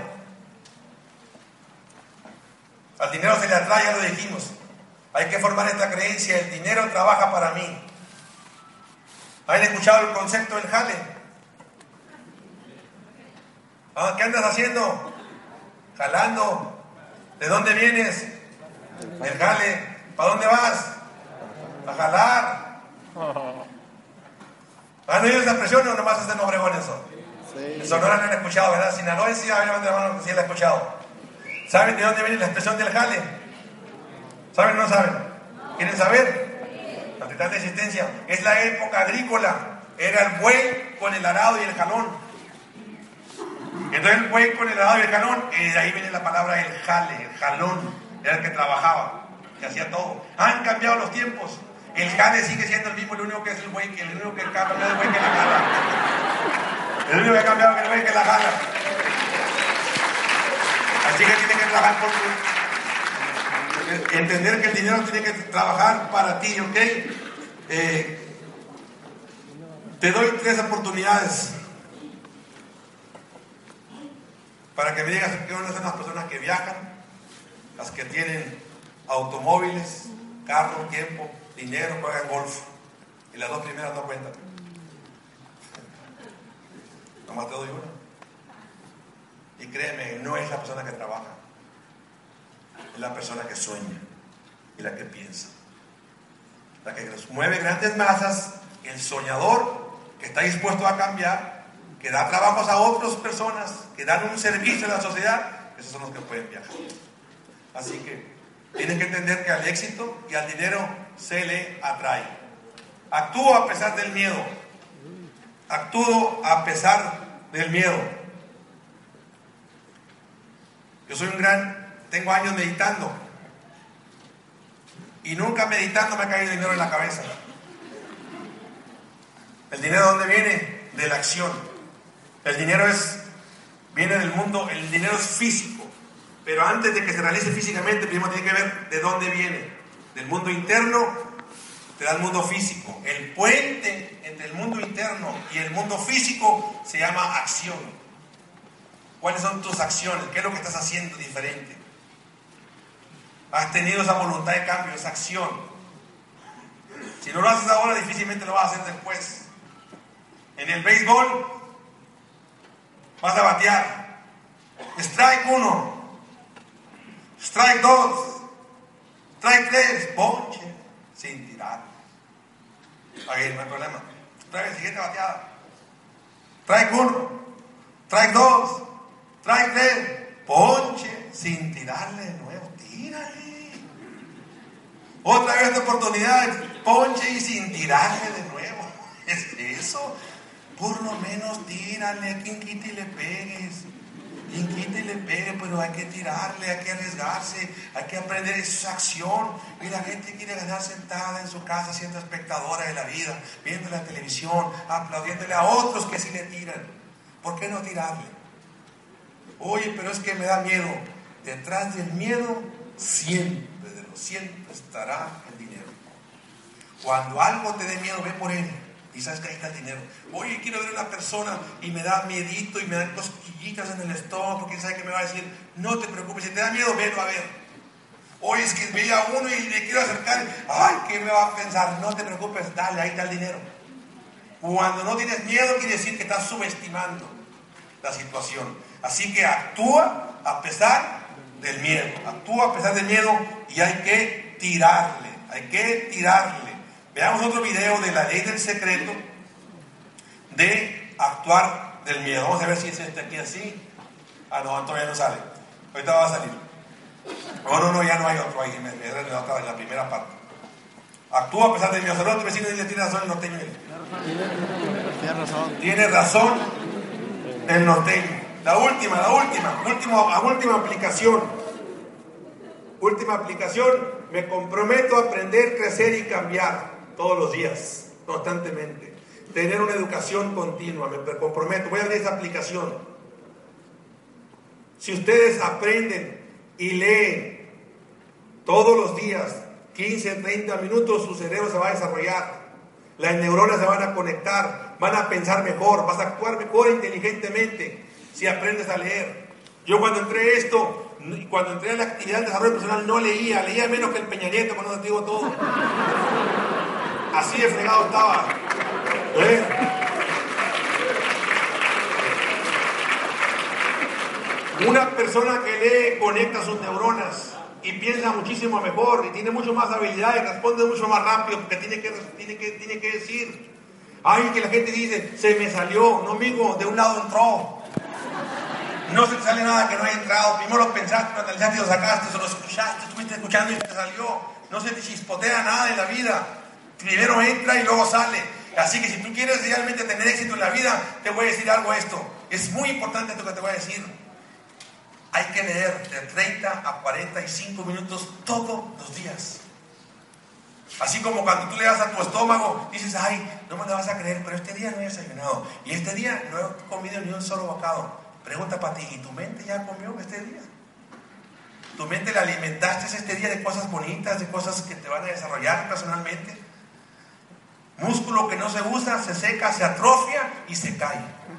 Al dinero se le atrae, ya lo dijimos. Hay que formar esta creencia: el dinero trabaja para mí. ¿Han escuchado el concepto del jale? ¿Qué andas haciendo? Jalando. ¿De dónde vienes? El jale. ¿Para dónde vas? A jalar. ¿Han oído esa expresión o nomás es de Obregón eso? Sí. En Sonora no han escuchado, ¿verdad? Sinaloa sí, levanta la mano que sí la he escuchado. ¿Saben de dónde viene la expresión del jale? ¿Saben o no saben? ¿Quieren saber? Ante tanta existencia. Es la época agrícola. Era el buey con el arado y el jalón. Entonces el buey con el arado y el jalón, de ahí viene la palabra el jale, el jalón. Era el que trabajaba, que hacía todo. Han cambiado los tiempos. El jale sigue siendo el mismo, el único que es el buey, el único que cambia es el buey que la jala. El único que ha cambiado es el buey que la jala. Así que tiene que trabajar por tu... Entender que el dinero tiene que trabajar para ti, ¿ok? Te doy 3 oportunidades para que me digas qué son las personas que viajan, las que tienen automóviles, carro, tiempo, dinero, juegan golf. Y las 2 primeras no cuentan. Nomás te doy una. Y créeme, no es la persona que trabaja, es la persona que sueña y la que piensa, la que mueve grandes masas, el soñador que está dispuesto a cambiar, que da trabajos a otras personas, que dan un servicio a la sociedad. Esos son los que pueden viajar. Así que tienen que entender que al éxito y al dinero se le atrae. Actúo a pesar del miedo. Actúo a pesar del miedo. Yo tengo años meditando y nunca meditando me ha caído dinero en la cabeza. ¿El dinero de dónde viene? De la acción. El dinero viene del mundo, el dinero es físico, pero antes de que se realice físicamente, primero tiene que ver de dónde viene. Del mundo interno te da el mundo físico. El puente entre el mundo interno y el mundo físico se llama acción. ¿Cuáles son tus acciones? ¿Qué es lo que estás haciendo diferente? Has tenido esa voluntad de cambio, esa acción. Si no lo haces ahora, difícilmente lo vas a hacer después. En el béisbol, vas a batear. Strike 1, strike 2, strike 3, ponche, sin tirar. Ahí no hay problema. Strike, siguiente bateada. Strike 1, strike 2, strike 3, ponche, sin tirarle de nuevo. Tírale. Otra vez de oportunidad, ponche y sin tirarle de nuevo. Es eso. Por lo menos tírale, a quien quite y le pegues. Quien quite y le pegue, pero hay que tirarle, hay que arriesgarse, hay que aprender esa acción. Y la gente quiere ganar sentada en su casa, siendo espectadora de la vida, viendo la televisión, aplaudiéndole a otros que sí le tiran. ¿Por qué no tirarle? Oye, pero es que me da miedo. Detrás del miedo, siempre estará el dinero. Cuando algo te dé miedo, ve por él. Y sabes que ahí está el dinero. Oye, quiero ver a una persona y me da miedito y me dan cosquillitas en el estómago porque sabe que me va a decir, no te preocupes, si te da miedo, velo a ver. Oye, es que veía a uno y le quiero acercar, ay, ¿qué me va a pensar? No te preocupes, dale, ahí está el dinero. Cuando no tienes miedo, quiere decir que estás subestimando la situación. Así que actúa a pesar del miedo. Actúa a pesar del miedo y hay que tirarle. Hay que tirarle. Veamos otro video de la ley del secreto de actuar del miedo. Vamos a ver si es este aquí así. Ah, no, todavía no sale. Ahorita va a salir. No, ya no hay otro ahí. Era la primera parte. Actúa a pesar del miedo. Saludos a tu vecino y dile, tiene razón el norteño. Tiene razón. Tiene razón el norteño. La última aplicación. Última aplicación. Me comprometo a aprender, crecer y cambiar todos los días, constantemente. Tener una educación continua, me comprometo. Voy a ver esa aplicación. Si ustedes aprenden y leen todos los días, 15, 30 minutos, su cerebro se va a desarrollar. Las neuronas se van a conectar, van a pensar mejor, vas a actuar mejor inteligentemente si aprendes a leer. Yo cuando entré a la actividad de desarrollo personal no leía menos que el Peña Nieto, cuando te digo todo. Así de fregado estaba. Una persona que lee conecta sus neuronas y piensa muchísimo mejor y tiene mucho más habilidad y responde mucho más rápido porque tiene que decir. Ay, que la gente dice, se me salió. No, amigo, de un lado entró. No se te sale nada que no haya entrado. Primero lo pensaste, lo analizaste, lo sacaste, lo escuchaste, estuviste escuchando y te salió. No se te chispotea nada en la vida. Primero entra y luego sale. Así que si tú quieres realmente tener éxito en la vida, te voy a decir algo esto. Es muy importante esto que te voy a decir. Hay que leer de 30 a 45 minutos todos los días. Así como cuando tú le das a tu estómago, dices, ay, no me lo vas a creer, pero este día no he desayunado. Y este día no he comido ni un solo bocado. Pregunta para ti, ¿y tu mente ya comió este día? ¿Tu mente la alimentaste este día de cosas bonitas, de cosas que te van a desarrollar personalmente? Músculo que no se usa, se seca, se atrofia y se cae.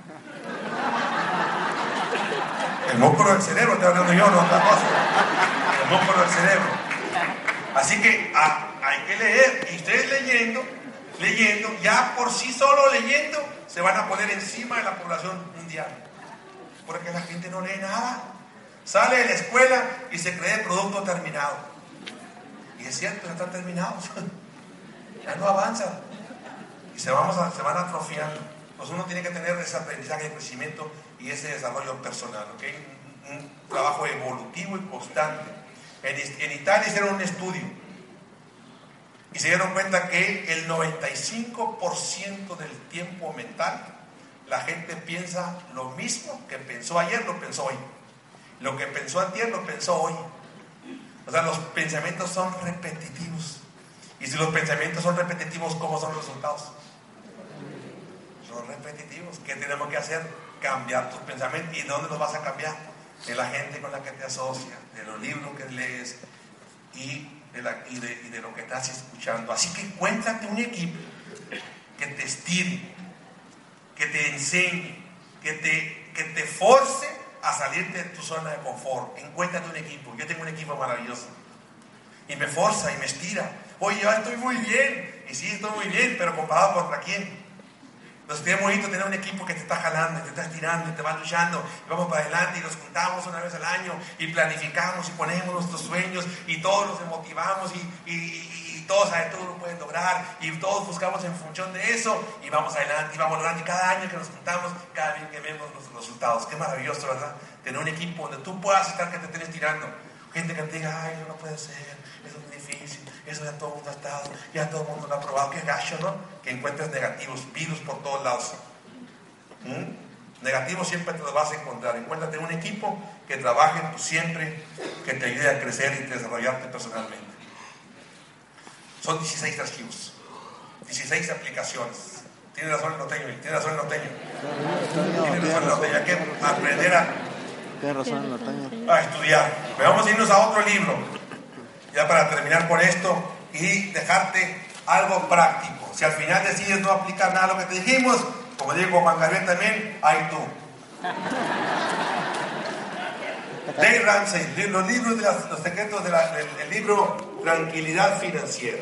El músculo del cerebro, estoy hablando yo, no otra cosa. El músculo del cerebro. Así que hay que leer. Y ustedes leyendo, ya por sí solo leyendo, se van a poner encima de la población mundial. Porque la gente no lee nada. Sale de la escuela y se cree el producto terminado. Y es cierto, ya están terminados. Ya no avanzan. Y se van atrofiando. Pues uno tiene que tener ese aprendizaje de crecimiento y ese desarrollo personal, ¿ok? Un trabajo evolutivo y constante. En Italia hicieron un estudio y se dieron cuenta que el 95% del tiempo mental la gente piensa lo mismo que pensó ayer, lo pensó hoy. Lo que pensó ayer, lo pensó hoy. O sea, los pensamientos son repetitivos. Y si los pensamientos son repetitivos, ¿cómo son los resultados? Son repetitivos. ¿Qué tenemos que hacer? Cambiar tus pensamientos. ¿Y dónde los vas a cambiar? De la gente con la que te asocias, de los libros que lees y de lo que estás escuchando. Así que cuéntate un equipo que te estire, que te enseñe, que te force a salirte de tu zona de confort. Encuéntrate un equipo. Yo tengo un equipo maravilloso. Y me forza y me estira. Oye, yo estoy muy bien. Y sí, estoy muy bien, pero comparado contra quién. Entonces es bonito tener un equipo que te está jalando, te está estirando, y te va luchando, y vamos para adelante y nos juntamos una vez al año y planificamos y ponemos nuestros sueños y todos nos motivamos y todos saben, todos lo pueden lograr y todos buscamos en función de eso y vamos adelante y vamos logrando. Y cada año que nos juntamos, cada vez que vemos los resultados. Qué maravilloso, ¿verdad? Tener un equipo donde tú puedas estar, que te estén estirando. Gente que te diga, ay, no puede ser, eso es muy difícil, eso ya todo el mundo ha estado, ya todo el mundo lo ha probado. Qué gacho, ¿no? Que encuentres negativos, virus por todos lados. Negativos siempre te los vas a encontrar. Encuéntrate un equipo que trabaje siempre, que te ayude a crecer y desarrollarte personalmente. Son 16 archivos, 16 aplicaciones. Tiene razón el norteño, tiene razón el norteño. Tiene razón el norteño, hay que aprender a estudiar. Pero vamos a irnos a otro libro, ya para terminar con esto y dejarte algo práctico. Si al final decides no aplicar nada de lo que te dijimos, como digo Juan Gabriel también, ahí tú. Dave Ramsey, los libros de los secretos del libro Tranquilidad Financiera.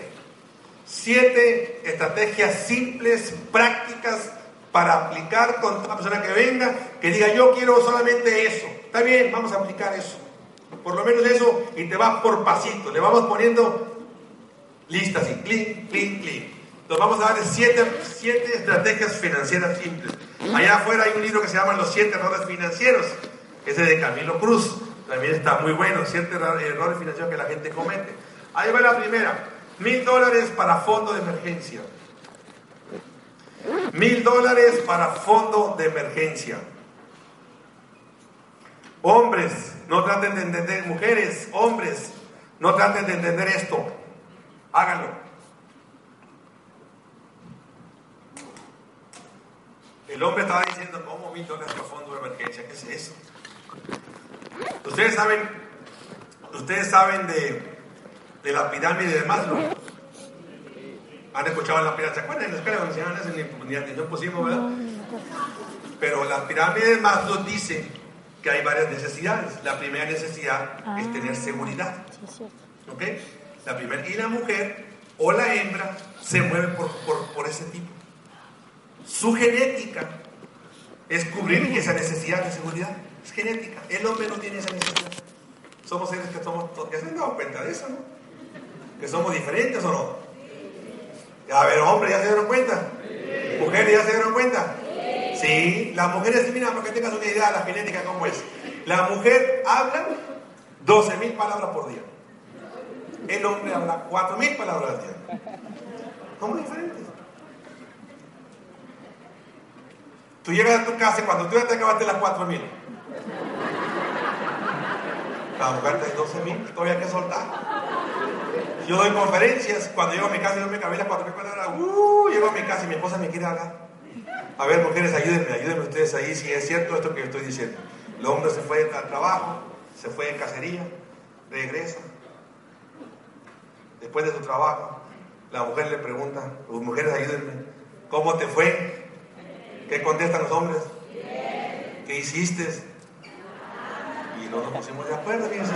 7 estrategias simples, prácticas, para aplicar con una persona que venga, que diga, yo quiero solamente eso. Está bien, vamos a aplicar eso. Por lo menos eso, y te vas por pasito. Le vamos poniendo listas y clic, clic, clic. Entonces vamos a darle 7 estrategias financieras simples. Allá afuera hay un libro que se llama Los 7 errores financieros. Ese de Camilo Cruz. También está muy bueno. 7 errores financieros que la gente comete. Ahí va la primera. $1,000 para fondo de emergencia. $1,000 para fondo de emergencia. Hombres, no traten de entender, mujeres, hombres, no traten de entender esto. Háganlo. El hombre estaba diciendo, ¿cómo $1,000 para fondo de emergencia? ¿Qué es eso? Ustedes saben de la pirámide de Maslow. ¿Han escuchado la pirámide? ¿Se acuerdan? En la escuela donde enseñaban eso ni atención pusimos, ¿verdad? Pero la pirámide de Maslow dice que hay varias necesidades. La primera necesidad es tener seguridad. ¿Ok? La primera. Y la mujer o la hembra se mueve por ese tipo. Su genética es cubrir esa necesidad de seguridad. Es genética. El hombre no tiene esa necesidad. Somos seres que somos, ya se han dado cuenta de eso, ¿no? Que somos diferentes o no. A ver, hombre, ¿ya se dieron cuenta? ¿Mujeres ya se dieron cuenta? Sí, las mujeres, mira, para que tengas una idea de la genética cómo es. La mujer habla 12,000 palabras por día. El hombre habla 4,000 palabras al día. Somos diferentes. Tú llegas a tu casa y cuando tú ya te acabaste las 4,000. La mujer te 12,000, todavía hay que soltar. Yo doy conferencias, cuando llego a mi casa y no me acabé las 4,000 palabras, llego a mi casa y mi esposa me quiere hablar. A ver, mujeres, ayúdenme ustedes ahí si es cierto esto que yo estoy diciendo. El hombre se fue al trabajo, se fue de cacería, regresa. Después de su trabajo, la mujer le pregunta, mujeres, ayúdenme, ¿cómo te fue? ¿Qué contestan los hombres? ¿Qué hiciste? Y no nos pusimos de acuerdo, fíjense.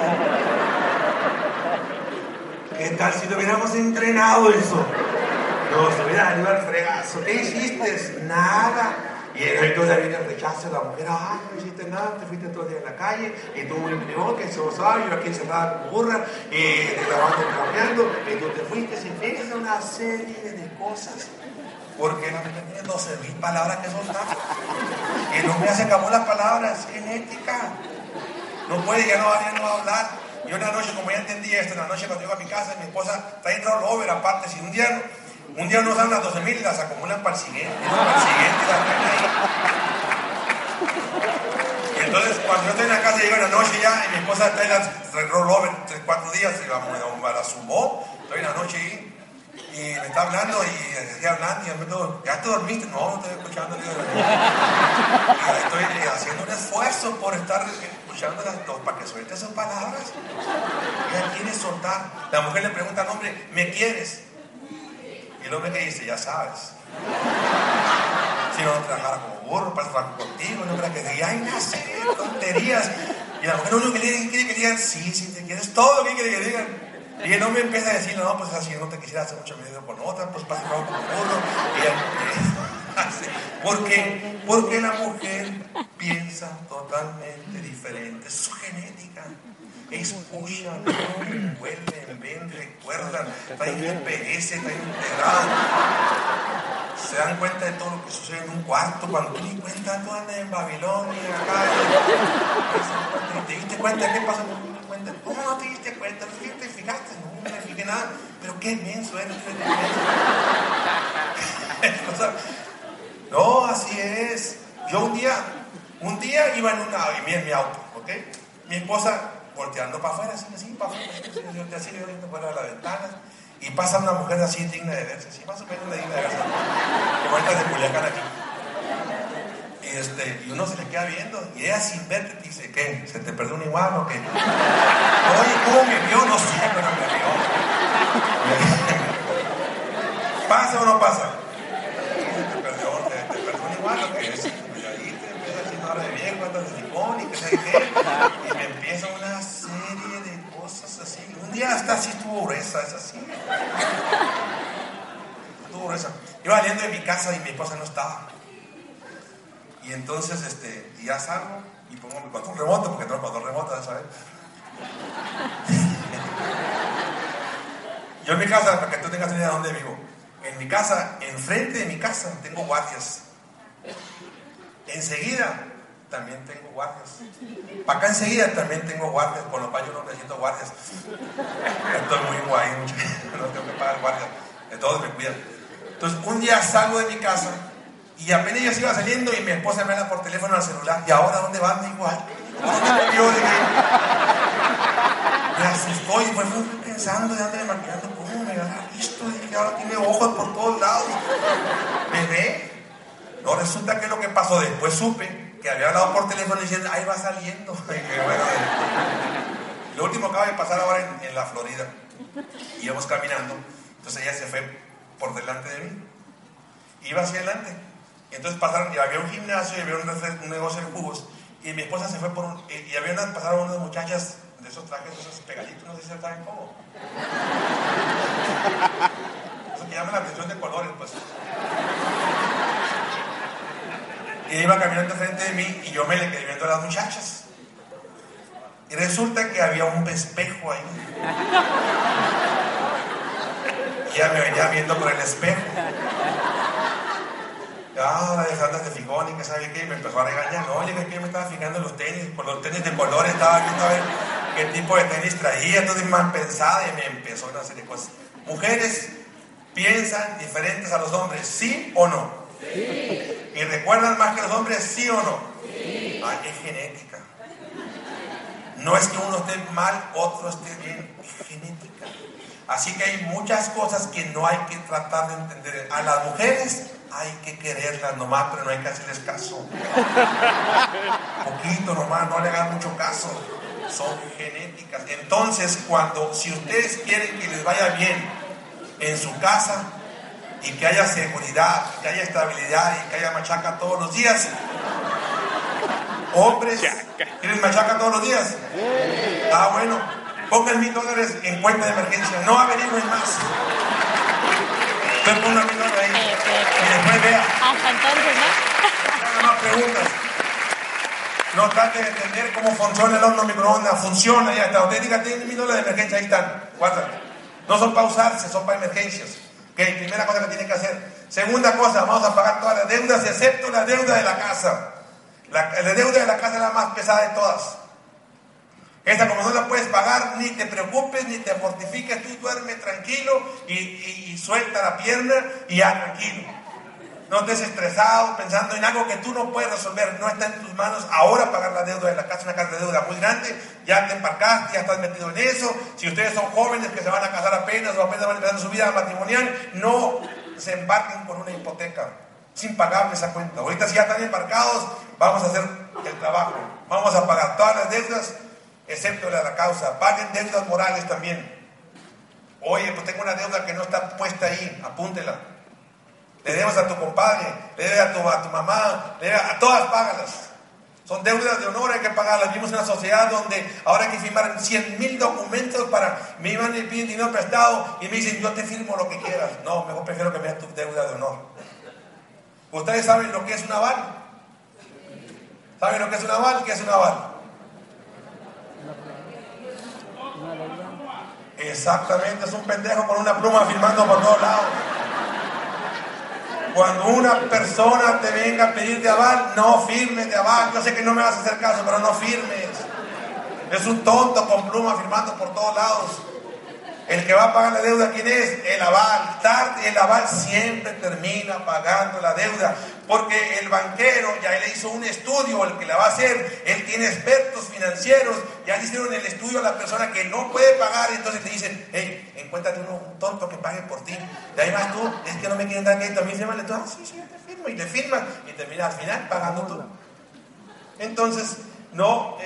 ¿Qué tal si lo hubiéramos entrenado eso? Nos hubiera ido al fregazo. ¿Qué hiciste? Nada. Y entonces viene el rechazo de la mujer. Ah, no hiciste nada, te fuiste todo el día en la calle. Y tú muy primero que sos sabio, aquí encerrada como burra. Y te la vas cambiando. Y tú te fuiste sin fin. Es una serie de cosas. Porque no tenía 12,000 palabras que soltar. El hombre se acabó las palabras, genética. No puede, ya no va a hablar. Yo en la noche, como ya entendí esto, en la noche cuando llego a mi casa, mi esposa trae rollover aparte. Si un día no usan las 12,000, las acumulan para el siguiente. Y entonces, cuando yo estoy en la casa, llego en la noche ya, y mi esposa trae las rollover 3-4 días, y la sumó. Estoy en la noche ahí. Y me está hablando y estoy hablando y me todo, ¿ya te dormiste? No, no estoy escuchando. Y estoy haciendo un esfuerzo por estar escuchando las dos para que suelte esas palabras. Ella quiere soltar. La mujer le pregunta al hombre, ¿me quieres? Y el hombre que dice, ya sabes. Si no trabajara como burro, para trabajar contigo, no para que diga, ay, una serie de tonterías. Y la mujer lo único que quiere que digan, sí, te quieres todo lo que quiere que digan. Y el hombre empieza a decir, no, pues así no te quisiera hacer mucho miedo con otra, pues pasa como burro. Porque la mujer piensa totalmente diferente, es su genética. Escuchan, huelen, ven, recuerdan, traen GPS, traen integral. Se dan cuenta de todo lo que sucede en un cuarto. Cuando tú ni cuenta, tú andas en Babilonia, acá. ¿Te diste cuenta qué pasó? ¿Cómo no te diste cuenta? ¿No te fijaste? No me fijé nada. Pero qué inmenso eres. No, así es. Yo un día iba en mi auto, ¿ok? Mi esposa volteando para afuera, así, para afuera, así, viendo fuera de la ventana, y pasa una mujer así digna de verse, así, más o menos digna de verse, como esta de Culiacán aquí. Y uno se le queda viendo, y ella sin verte te dice, ¿qué? ¿Se te perdió un igual o qué? Oye, ¿cómo me vio? No sé, pero me vio. ¿Pasa o no pasa? ¿Te perdió un igual o qué? Y ahí te empieza a decir, ahora de viejo, andas de licón, y que sé qué. Y me empieza una serie de cosas así. Un día hasta así estuvo gruesa, es así. Estuvo gruesa. Iba saliendo de mi casa y mi esposa no estaba. Y entonces, ya salgo y pongo mi control remoto, porque tengo el control remoto, ¿sabes? Yo en mi casa, para que tú tengas una idea de dónde vivo, en mi casa, enfrente de mi casa, tengo guardias. Enseguida también tengo guardias. Para acá enseguida también tengo guardias, por lo cual yo no necesito guardias. Estoy muy guay, no tengo que pagar guardias. De todos me cuidan. Entonces, un día salgo de mi casa y apenas yo se iba saliendo y mi esposa me habla por teléfono al celular. ¿Y ahora dónde van? Digo, ay, ¿dónde me vio? Me asustó y fue pensando de andarme maquillando. ¿Cómo me agarra esto? Dije, ahora tiene ojos por todos lados. ¿Me ve? No, resulta que lo que pasó después supe que había hablado por teléfono diciendo, ahí va saliendo. Y bueno, lo último acaba de pasar ahora en la Florida. Íbamos caminando, entonces ella se fue por delante de mí. Iba hacia adelante. Entonces pasaron, y había un gimnasio y había un negocio de jugos. Y mi esposa se fue por y pasaron unas muchachas de esos trajes, esos pegaditos, no sé si se saben cómo. Eso que llama la atención de colores, pues. Y iba caminando frente de mí y yo me le quedé viendo a las muchachas. Y resulta que había un espejo ahí. Y ella me venía viendo por el espejo. La Alejandra se fijó ni que sabe qué, y me empezó a regañar. No, oye, que me estaba fijando en los tenis, por los tenis de colores, estaba viendo a ver qué tipo de tenis traía, entonces mal pensada, y me empezó una serie de cosas. Mujeres piensan diferentes a los hombres, ¿sí o no? Sí. ¿Y recuerdan más que los hombres, sí o no? Sí. Ah, es genética. No es que uno esté mal, otro esté bien, es genética. Así que hay muchas cosas que no hay que tratar de entender. A las mujeres hay que quererlas nomás, pero no hay que hacerles caso. Poquito nomás, no le hagan mucho caso. Son genéticas. Entonces, si ustedes quieren que les vaya bien en su casa y que haya seguridad, y que haya estabilidad y que haya machaca todos los días, hombres, ¿quieren machaca todos los días? Ah, bueno. Pongan $1,000 en cuenta de emergencia. No averigüen más. Entonces pongan $1,000 ahí. Y después vea. Hasta entonces, ¿no? No hagan más preguntas. No traten de entender cómo funciona el horno microondas. Funciona, ya está. Usted diga, tienen $1,000 de emergencia, ahí están. Guárdalos. No son para usarse, son para emergencias. Ok, primera cosa que tienen que hacer. Segunda cosa, vamos a pagar todas las deudas, excepto la deuda de la casa. La deuda de la casa es la más pesada de todas. Esa, como no la puedes pagar, ni te preocupes, ni te fortifiques, tú duerme tranquilo y suelta la pierna y ya tranquilo. No estés estresado pensando en algo que tú no puedes resolver, no está en tus manos ahora pagar la deuda de la casa, una casa de deuda muy grande, ya te embarcaste, ya estás metido en eso. Si ustedes son jóvenes que se van a casar apenas o apenas van a empezar su vida matrimonial, no se embarquen con una hipoteca. Es impagable esa cuenta. Ahorita si ya están embarcados, vamos a hacer el trabajo, vamos a pagar todas las deudas, excepto la de la causa. Paguen deudas morales también. Oye, pues tengo una deuda que no está puesta ahí, apúntela. le debes a tu compadre, le debes a tu mamá, le debes a todas, págalas. Son deudas de honor, hay que pagarlas. Vivimos en una sociedad donde ahora hay que firmar 100,000 documentos para... Me iban y piden dinero prestado y me dicen, yo te firmo lo que quieras. No, mejor prefiero que me den tu deuda de honor. ¿Ustedes saben lo que es un aval? ¿Saben lo que es un aval? ¿Qué es un aval? Exactamente, es un pendejo con una pluma firmando por todos lados. Cuando una persona te venga a pedir de aval, no firmes de aval. Yo sé que no me vas a hacer caso, pero no firmes. Es un tonto con pluma firmando por todos lados. El que va a pagar la deuda, ¿quién es? El aval. Tarde, el aval siempre termina pagando la deuda, porque el banquero ya le hizo un estudio, el que la va a hacer, él tiene expertos financieros, ya le hicieron el estudio a la persona que no puede pagar, entonces te dicen, hey, encuéntrate un tonto que pague por ti. Y ahí vas tú, es que no me quieren dar crédito, a mí se me tú, sí, yo te firmo, y te firmas, y terminas al final pagando tú. Entonces, no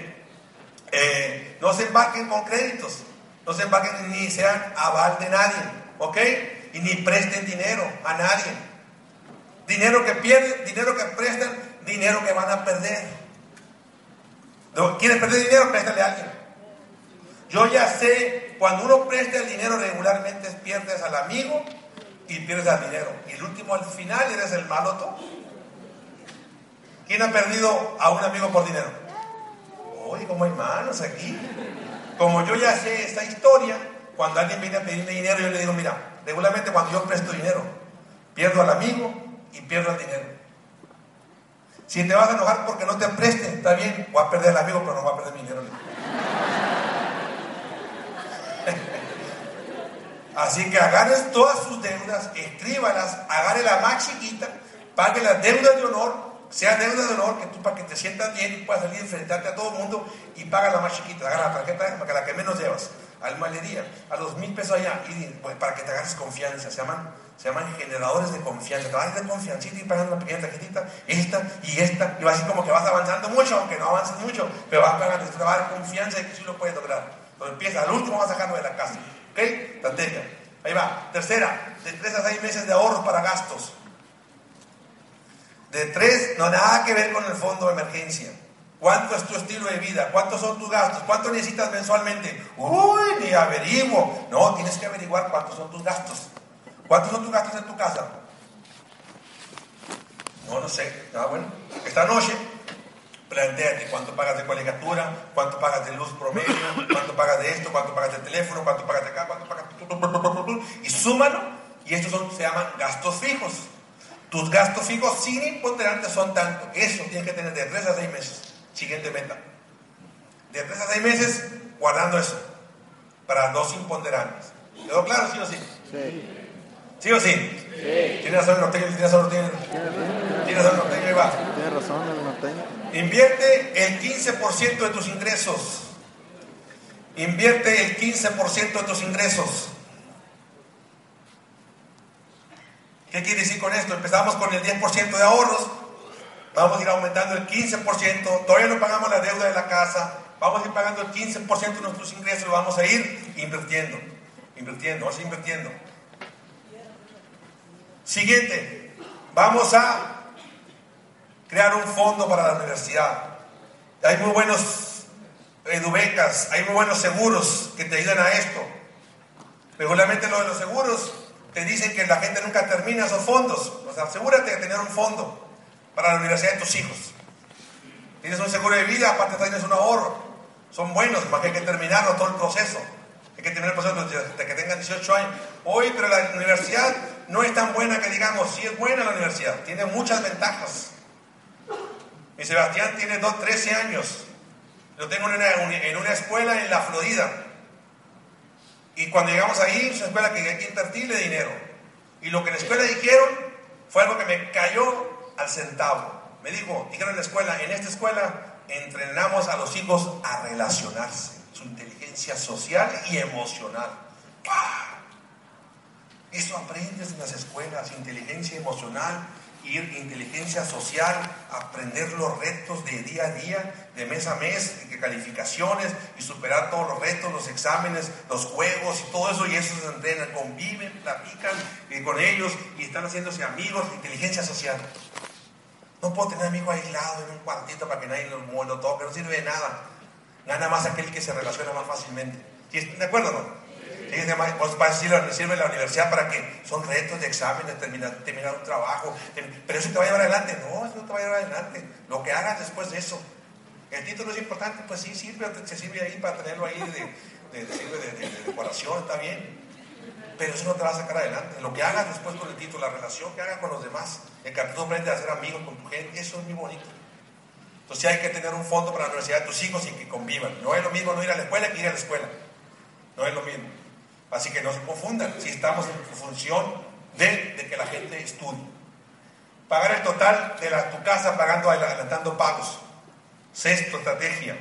se embarquen con créditos. No se embarquen ni sean aval de nadie, ¿ok? Y ni presten dinero a nadie. Dinero que pierden, dinero que prestan, dinero que van a perder. ¿Quieres perder dinero? Préstale a alguien. Yo ya sé, cuando uno presta el dinero regularmente pierdes al amigo y pierdes al dinero. Y el último, al final, eres el malo todo. ¿Quién ha perdido a un amigo por dinero? Oye, ¿cómo hay manos aquí? Como yo ya sé esta historia, cuando alguien viene a pedirme dinero, yo le digo, mira, regularmente cuando yo presto dinero, pierdo al amigo y pierdo el dinero. Si te vas a enojar porque no te preste, está bien, voy a perder al amigo, pero no voy a perder mi dinero. Así que agarres todas sus deudas, escríbalas, agarre la más chiquita, pague las deudas de honor, sea deuda de honor, que tú para que te sientas bien y puedas salir y enfrentarte a todo el mundo, y paga la más chiquita, agarra la tarjeta, para la que menos llevas, al malería, a los 1,000 pesos allá, y pues, para que te agarres confianza, se llaman generadores de confianza, te vas a dar confianza y pagando una pequeña tarjetita, esta, y vas así como que vas avanzando mucho, aunque no avances mucho, pero vas pagando, te va a dar confianza de que sí lo puedes lograr. Entonces empieza, al último vas sacando de la casa, ¿ok? Estrategia. Ahí va. Tercera, de 3 a 6 meses de ahorros para gastos. De 3, no nada que ver con el fondo de emergencia. ¿Cuánto es tu estilo de vida? ¿Cuántos son tus gastos? ¿Cuánto necesitas mensualmente? Uy, ni averiguo. No, tienes que averiguar cuántos son tus gastos. ¿Cuántos son tus gastos en tu casa? No sé. Ah, bueno. Esta noche, plantéate cuánto pagas de colegiatura, cuánto pagas de luz promedio, cuánto pagas de esto, cuánto pagas de teléfono, cuánto pagas de acá, cuánto pagas... Y súmalo. Y estos se llaman gastos fijos. Tus gastos fijos sin imponderantes son tanto. Eso tienes que tener de 3 a 6 meses. Siguiente meta. De 3 a 6 meses guardando eso. Para los imponderantes. ¿Quedó claro, sí o sí? Sí. ¿Sí o sí? Sí. ¿Tiene razón el norteño? ¿Tiene razón el norteño? ¿Tiene razón el norteño? Ahí va. Tiene razón el norteño. Invierte el 15% de tus ingresos. Invierte el 15% de tus ingresos. ¿Qué quiere decir con esto? Empezamos con el 10% de ahorros, vamos a ir aumentando el 15%, todavía no pagamos la deuda de la casa, vamos a ir pagando el 15% de nuestros ingresos, lo vamos a ir invirtiendo, vamos a ir invirtiendo. Siguiente, vamos a crear un fondo para la universidad. Hay muy buenos edubecas, hay muy buenos seguros que te ayudan a esto. Regularmente lo de los seguros te dicen que la gente nunca termina esos fondos. O sea, asegúrate de tener un fondo para la universidad de tus hijos. Tienes un seguro de vida, aparte tienes un ahorro. Son buenos, más que hay que terminarlo todo el proceso. Hay que terminar el proceso desde que tengan 18 años. Hoy, pero la universidad no es tan buena que digamos, sí es buena la universidad, tiene muchas ventajas. Mi Sebastián tiene 13 años. Lo tengo en una escuela en la Florida. Y cuando llegamos ahí, es una escuela que hay que invertirle dinero. Y lo que en la escuela dijeron fue algo que me cayó al centavo. Me dijeron en la escuela, en esta escuela entrenamos a los hijos a relacionarse, su inteligencia social y emocional. ¡Pah! Eso aprendes en las escuelas, inteligencia emocional ir inteligencia social, aprender los retos de día a día, de mes a mes, de calificaciones y superar todos los retos, los exámenes, los juegos y todo eso, y eso se entrenan, conviven, platican con ellos y están haciéndose amigos, inteligencia social. No puedo tener a mi hijo aislado en un cuartito para que nadie lo toque, no sirve de nada. Gana más aquel que se relaciona más fácilmente. ¿Sí están de acuerdo, no? Pues para eso sirve la universidad, para que son retos de exámenes, terminar un trabajo, pero eso te va a llevar adelante. No, eso no te va a llevar adelante. Lo que hagas después de eso. El título es importante, pues sí sirve, se sirve ahí para tenerlo ahí de decoración, está bien. Pero eso no te va a sacar adelante. Lo que hagas después con el título, la relación que hagas con los demás, el que tú aprendes a ser amigos con tu gente, eso es muy bonito. Entonces hay que tener un fondo para la universidad de tus hijos y que convivan. No es lo mismo no ir a la escuela que ir a la escuela. No es lo mismo. Así que no se confundan, si estamos en función de que la gente estudie. Pagar el total de tu casa adelantando pagos. Sexto, estrategia.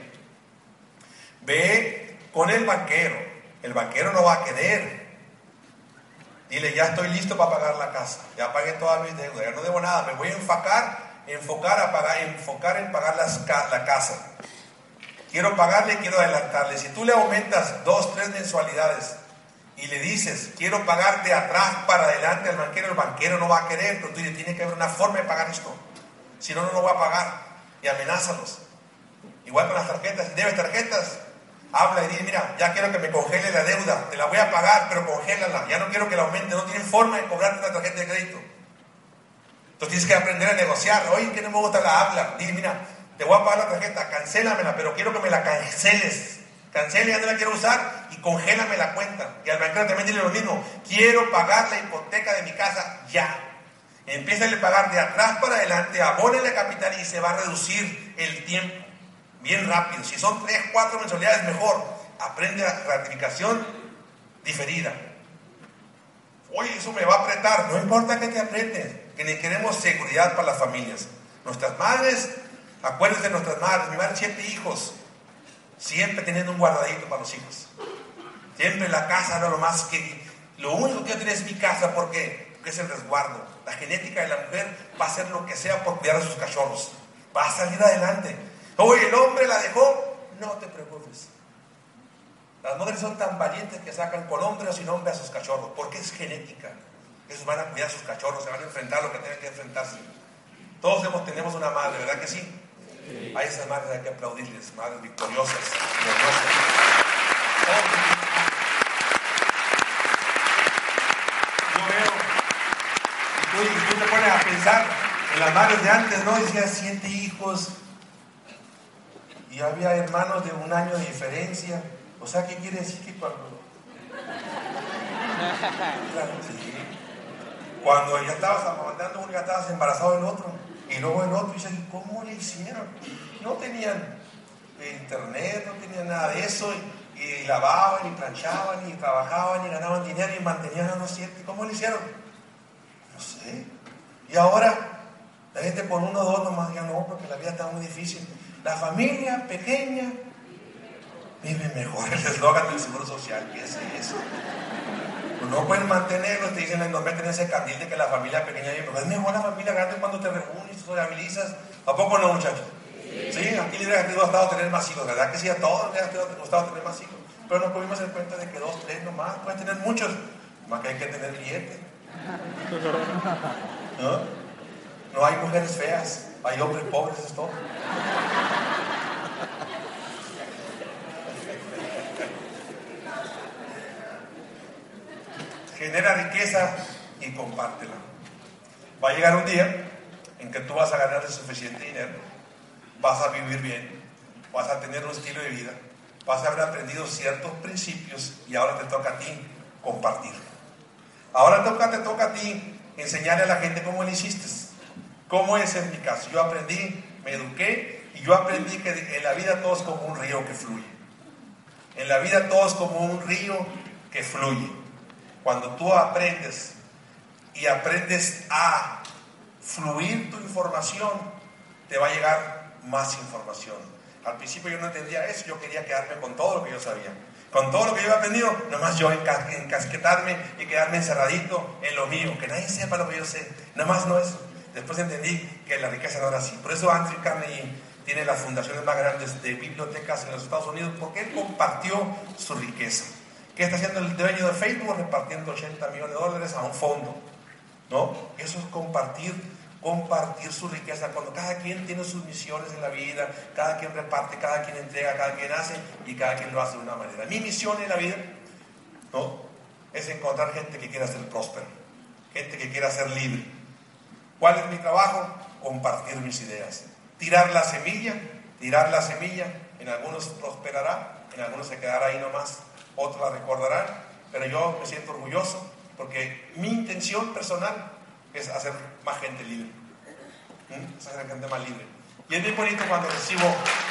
Ve con el banquero. El banquero no va a querer. Dile, ya estoy listo para pagar la casa. Ya pagué todas mis deudas, ya no debo nada. Me voy a enfocar en pagar la casa. Quiero pagarle, quiero adelantarle. Si tú le aumentas 2, 3 mensualidades y le dices, quiero pagar de atrás para adelante al banquero, el banquero no va a querer, pero tú dices, tiene que haber una forma de pagar esto. Si no, no lo voy a pagar. Y amenázalos. Igual con las tarjetas. Si debes tarjetas, habla y dice, mira, ya quiero que me congele la deuda, te la voy a pagar, pero congélala. Ya no quiero que la aumente, no tienen forma de cobrarte una tarjeta de crédito. Entonces tienes que aprender a negociar. Oye, que no me gusta la habla. Dile, mira, te voy a pagar la tarjeta, cancélamela, pero quiero que me la canceles. Cancele, ya no la quiero usar y congélame la cuenta. Y al banquero también dile lo mismo. Quiero pagar la hipoteca de mi casa ya. Empieza a pagar de atrás para adelante, abone la capital y se va a reducir el tiempo bien rápido. Si son 3, 4 mensualidades, mejor. Aprende a gratificación diferida. Oye, eso me va a apretar. No importa que te apriete, que queremos seguridad para las familias. Nuestras madres, acuérdense de nuestras madres. Mi madre, 7 hijos. Siempre teniendo un guardadito para los hijos. Siempre la casa era lo único que yo tenía es mi casa. ¿Por qué? Porque es el resguardo. La genética de la mujer va a hacer lo que sea por cuidar a sus cachorros. Va a salir adelante. Oye, el hombre la dejó. No te preocupes. Las mujeres son tan valientes que sacan con hombre o sin hombre a sus cachorros. Porque es genética. Ellos van a cuidar a sus cachorros. Se van a enfrentar a lo que tengan que enfrentarse. Todos tenemos una madre, ¿verdad que sí? A esas madres hay que aplaudirles, madres victoriosas, gloriosas. Yo veo, y tú te pones a pensar en las madres de antes, ¿no? Decía 7 hijos y había hermanos de 1 año de diferencia. O sea, ¿qué quiere decir que cuando ya estabas amamantando uno, ya estabas embarazado del otro? Y luego el otro dice, ¿cómo le hicieron? No tenían internet, no tenían nada de eso, y lavaban, y planchaban, y trabajaban, y ganaban dinero, y mantenían a los 7. ¿Cómo le hicieron? No sé. Y ahora, la gente con 1 o 2 nomás, ya no, porque la vida está muy difícil. La familia pequeña vive mejor, el eslogan del Seguro Social. ¿Qué es eso? Pues no pueden mantenerlos, te dicen, no meten ese candil de que la familia pequeña vive mejor. Es mejor la familia grande cuando te reúnes, te sociabilizas. ¿A poco no, muchachos? Sí, aquí les ha gustado tener más hijos, ¿verdad que sí? A todos les ha gustado tener más hijos. Pero nos pudimos en cuenta de que 2, 3 nomás, puedes tener muchos, más que hay que tener billete. ¿No? No hay mujeres feas, hay hombres pobres, eso es todo. Genera riqueza y compártela. Va a llegar un día en que tú vas a ganar el suficiente dinero, vas a vivir bien, vas a tener un estilo de vida, vas a haber aprendido ciertos principios y ahora te toca a ti compartirlo. Ahora te toca a ti enseñarle a la gente cómo lo hiciste. ¿Cómo es en mi caso? Yo aprendí, me eduqué y yo aprendí que en la vida todo es como un río que fluye. En la vida todo es como un río que fluye. Cuando tú aprendes y aprendes a fluir tu información, te va a llegar más información. Al principio yo no entendía eso, yo quería quedarme con todo lo que yo sabía. Con todo lo que yo había aprendido, nomás yo encasquetarme y quedarme encerradito en lo mío, que nadie sepa lo que yo sé. Nomás no eso. Después entendí que la riqueza no era así. Por eso Andrew Carnegie tiene las fundaciones más grandes de bibliotecas en los Estados Unidos, porque él compartió su riqueza. ¿Qué está haciendo el dueño de Facebook? Repartiendo $80 millones a un fondo, ¿no? Eso es compartir su riqueza. Cuando cada quien tiene sus misiones en la vida, cada quien reparte, cada quien entrega, cada quien hace, y cada quien lo hace de una manera. Mi misión en la vida, ¿no?, es encontrar gente que quiera ser próspera, gente que quiera ser libre. ¿Cuál es mi trabajo? Compartir mis ideas. Tirar la semilla, en algunos prosperará, en algunos se quedará ahí nomás, otros la recordarán, pero yo me siento orgulloso porque mi intención personal es hacer más gente libre, es hacer gente más libre. Y es bien bonito cuando recibo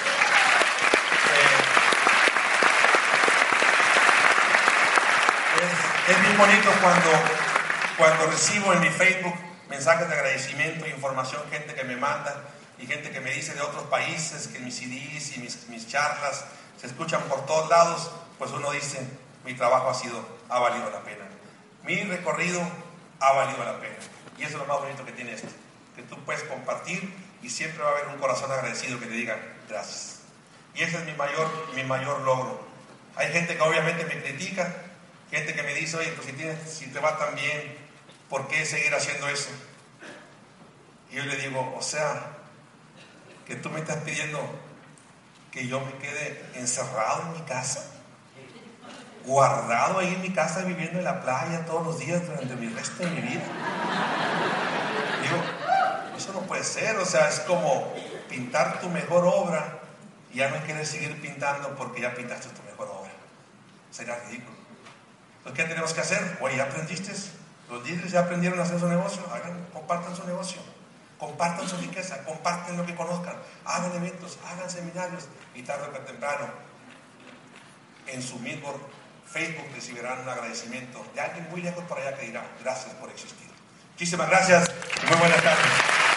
es bien bonito cuando recibo en mi Facebook mensajes de agradecimiento e información, gente que me manda y gente que me dice de otros países que mis CDs y mis charlas se escuchan por todos lados. Pues uno dice, mi trabajo ha valido la pena, mi recorrido ha valido la pena. Y eso es lo más bonito que tiene esto, que tú puedes compartir y siempre va a haber un corazón agradecido que te diga gracias. Y ese es mi mayor logro. Hay gente que obviamente me critica, gente que me dice, oye, pues si te va tan bien, ¿por qué seguir haciendo eso? Y yo le digo, o sea, que tú me estás pidiendo que yo me quede encerrado en mi casa, guardado ahí en mi casa, viviendo en la playa todos los días durante el resto de mi vida. Digo, eso no puede ser. O sea, es como pintar tu mejor obra y ya no quieres seguir pintando porque ya pintaste tu mejor obra. Sería ridículo. Entonces, ¿qué tenemos que hacer? Oye, ¿ya aprendiste? Los líderes ya aprendieron a hacer su negocio. Compartan su negocio, compartan su riqueza, compartan lo que conozcan, hagan eventos, hagan seminarios, y tarde o temprano en su mismo Facebook recibirán un agradecimiento de alguien muy lejos por allá que dirá gracias por existir. Muchísimas gracias y muy buenas tardes.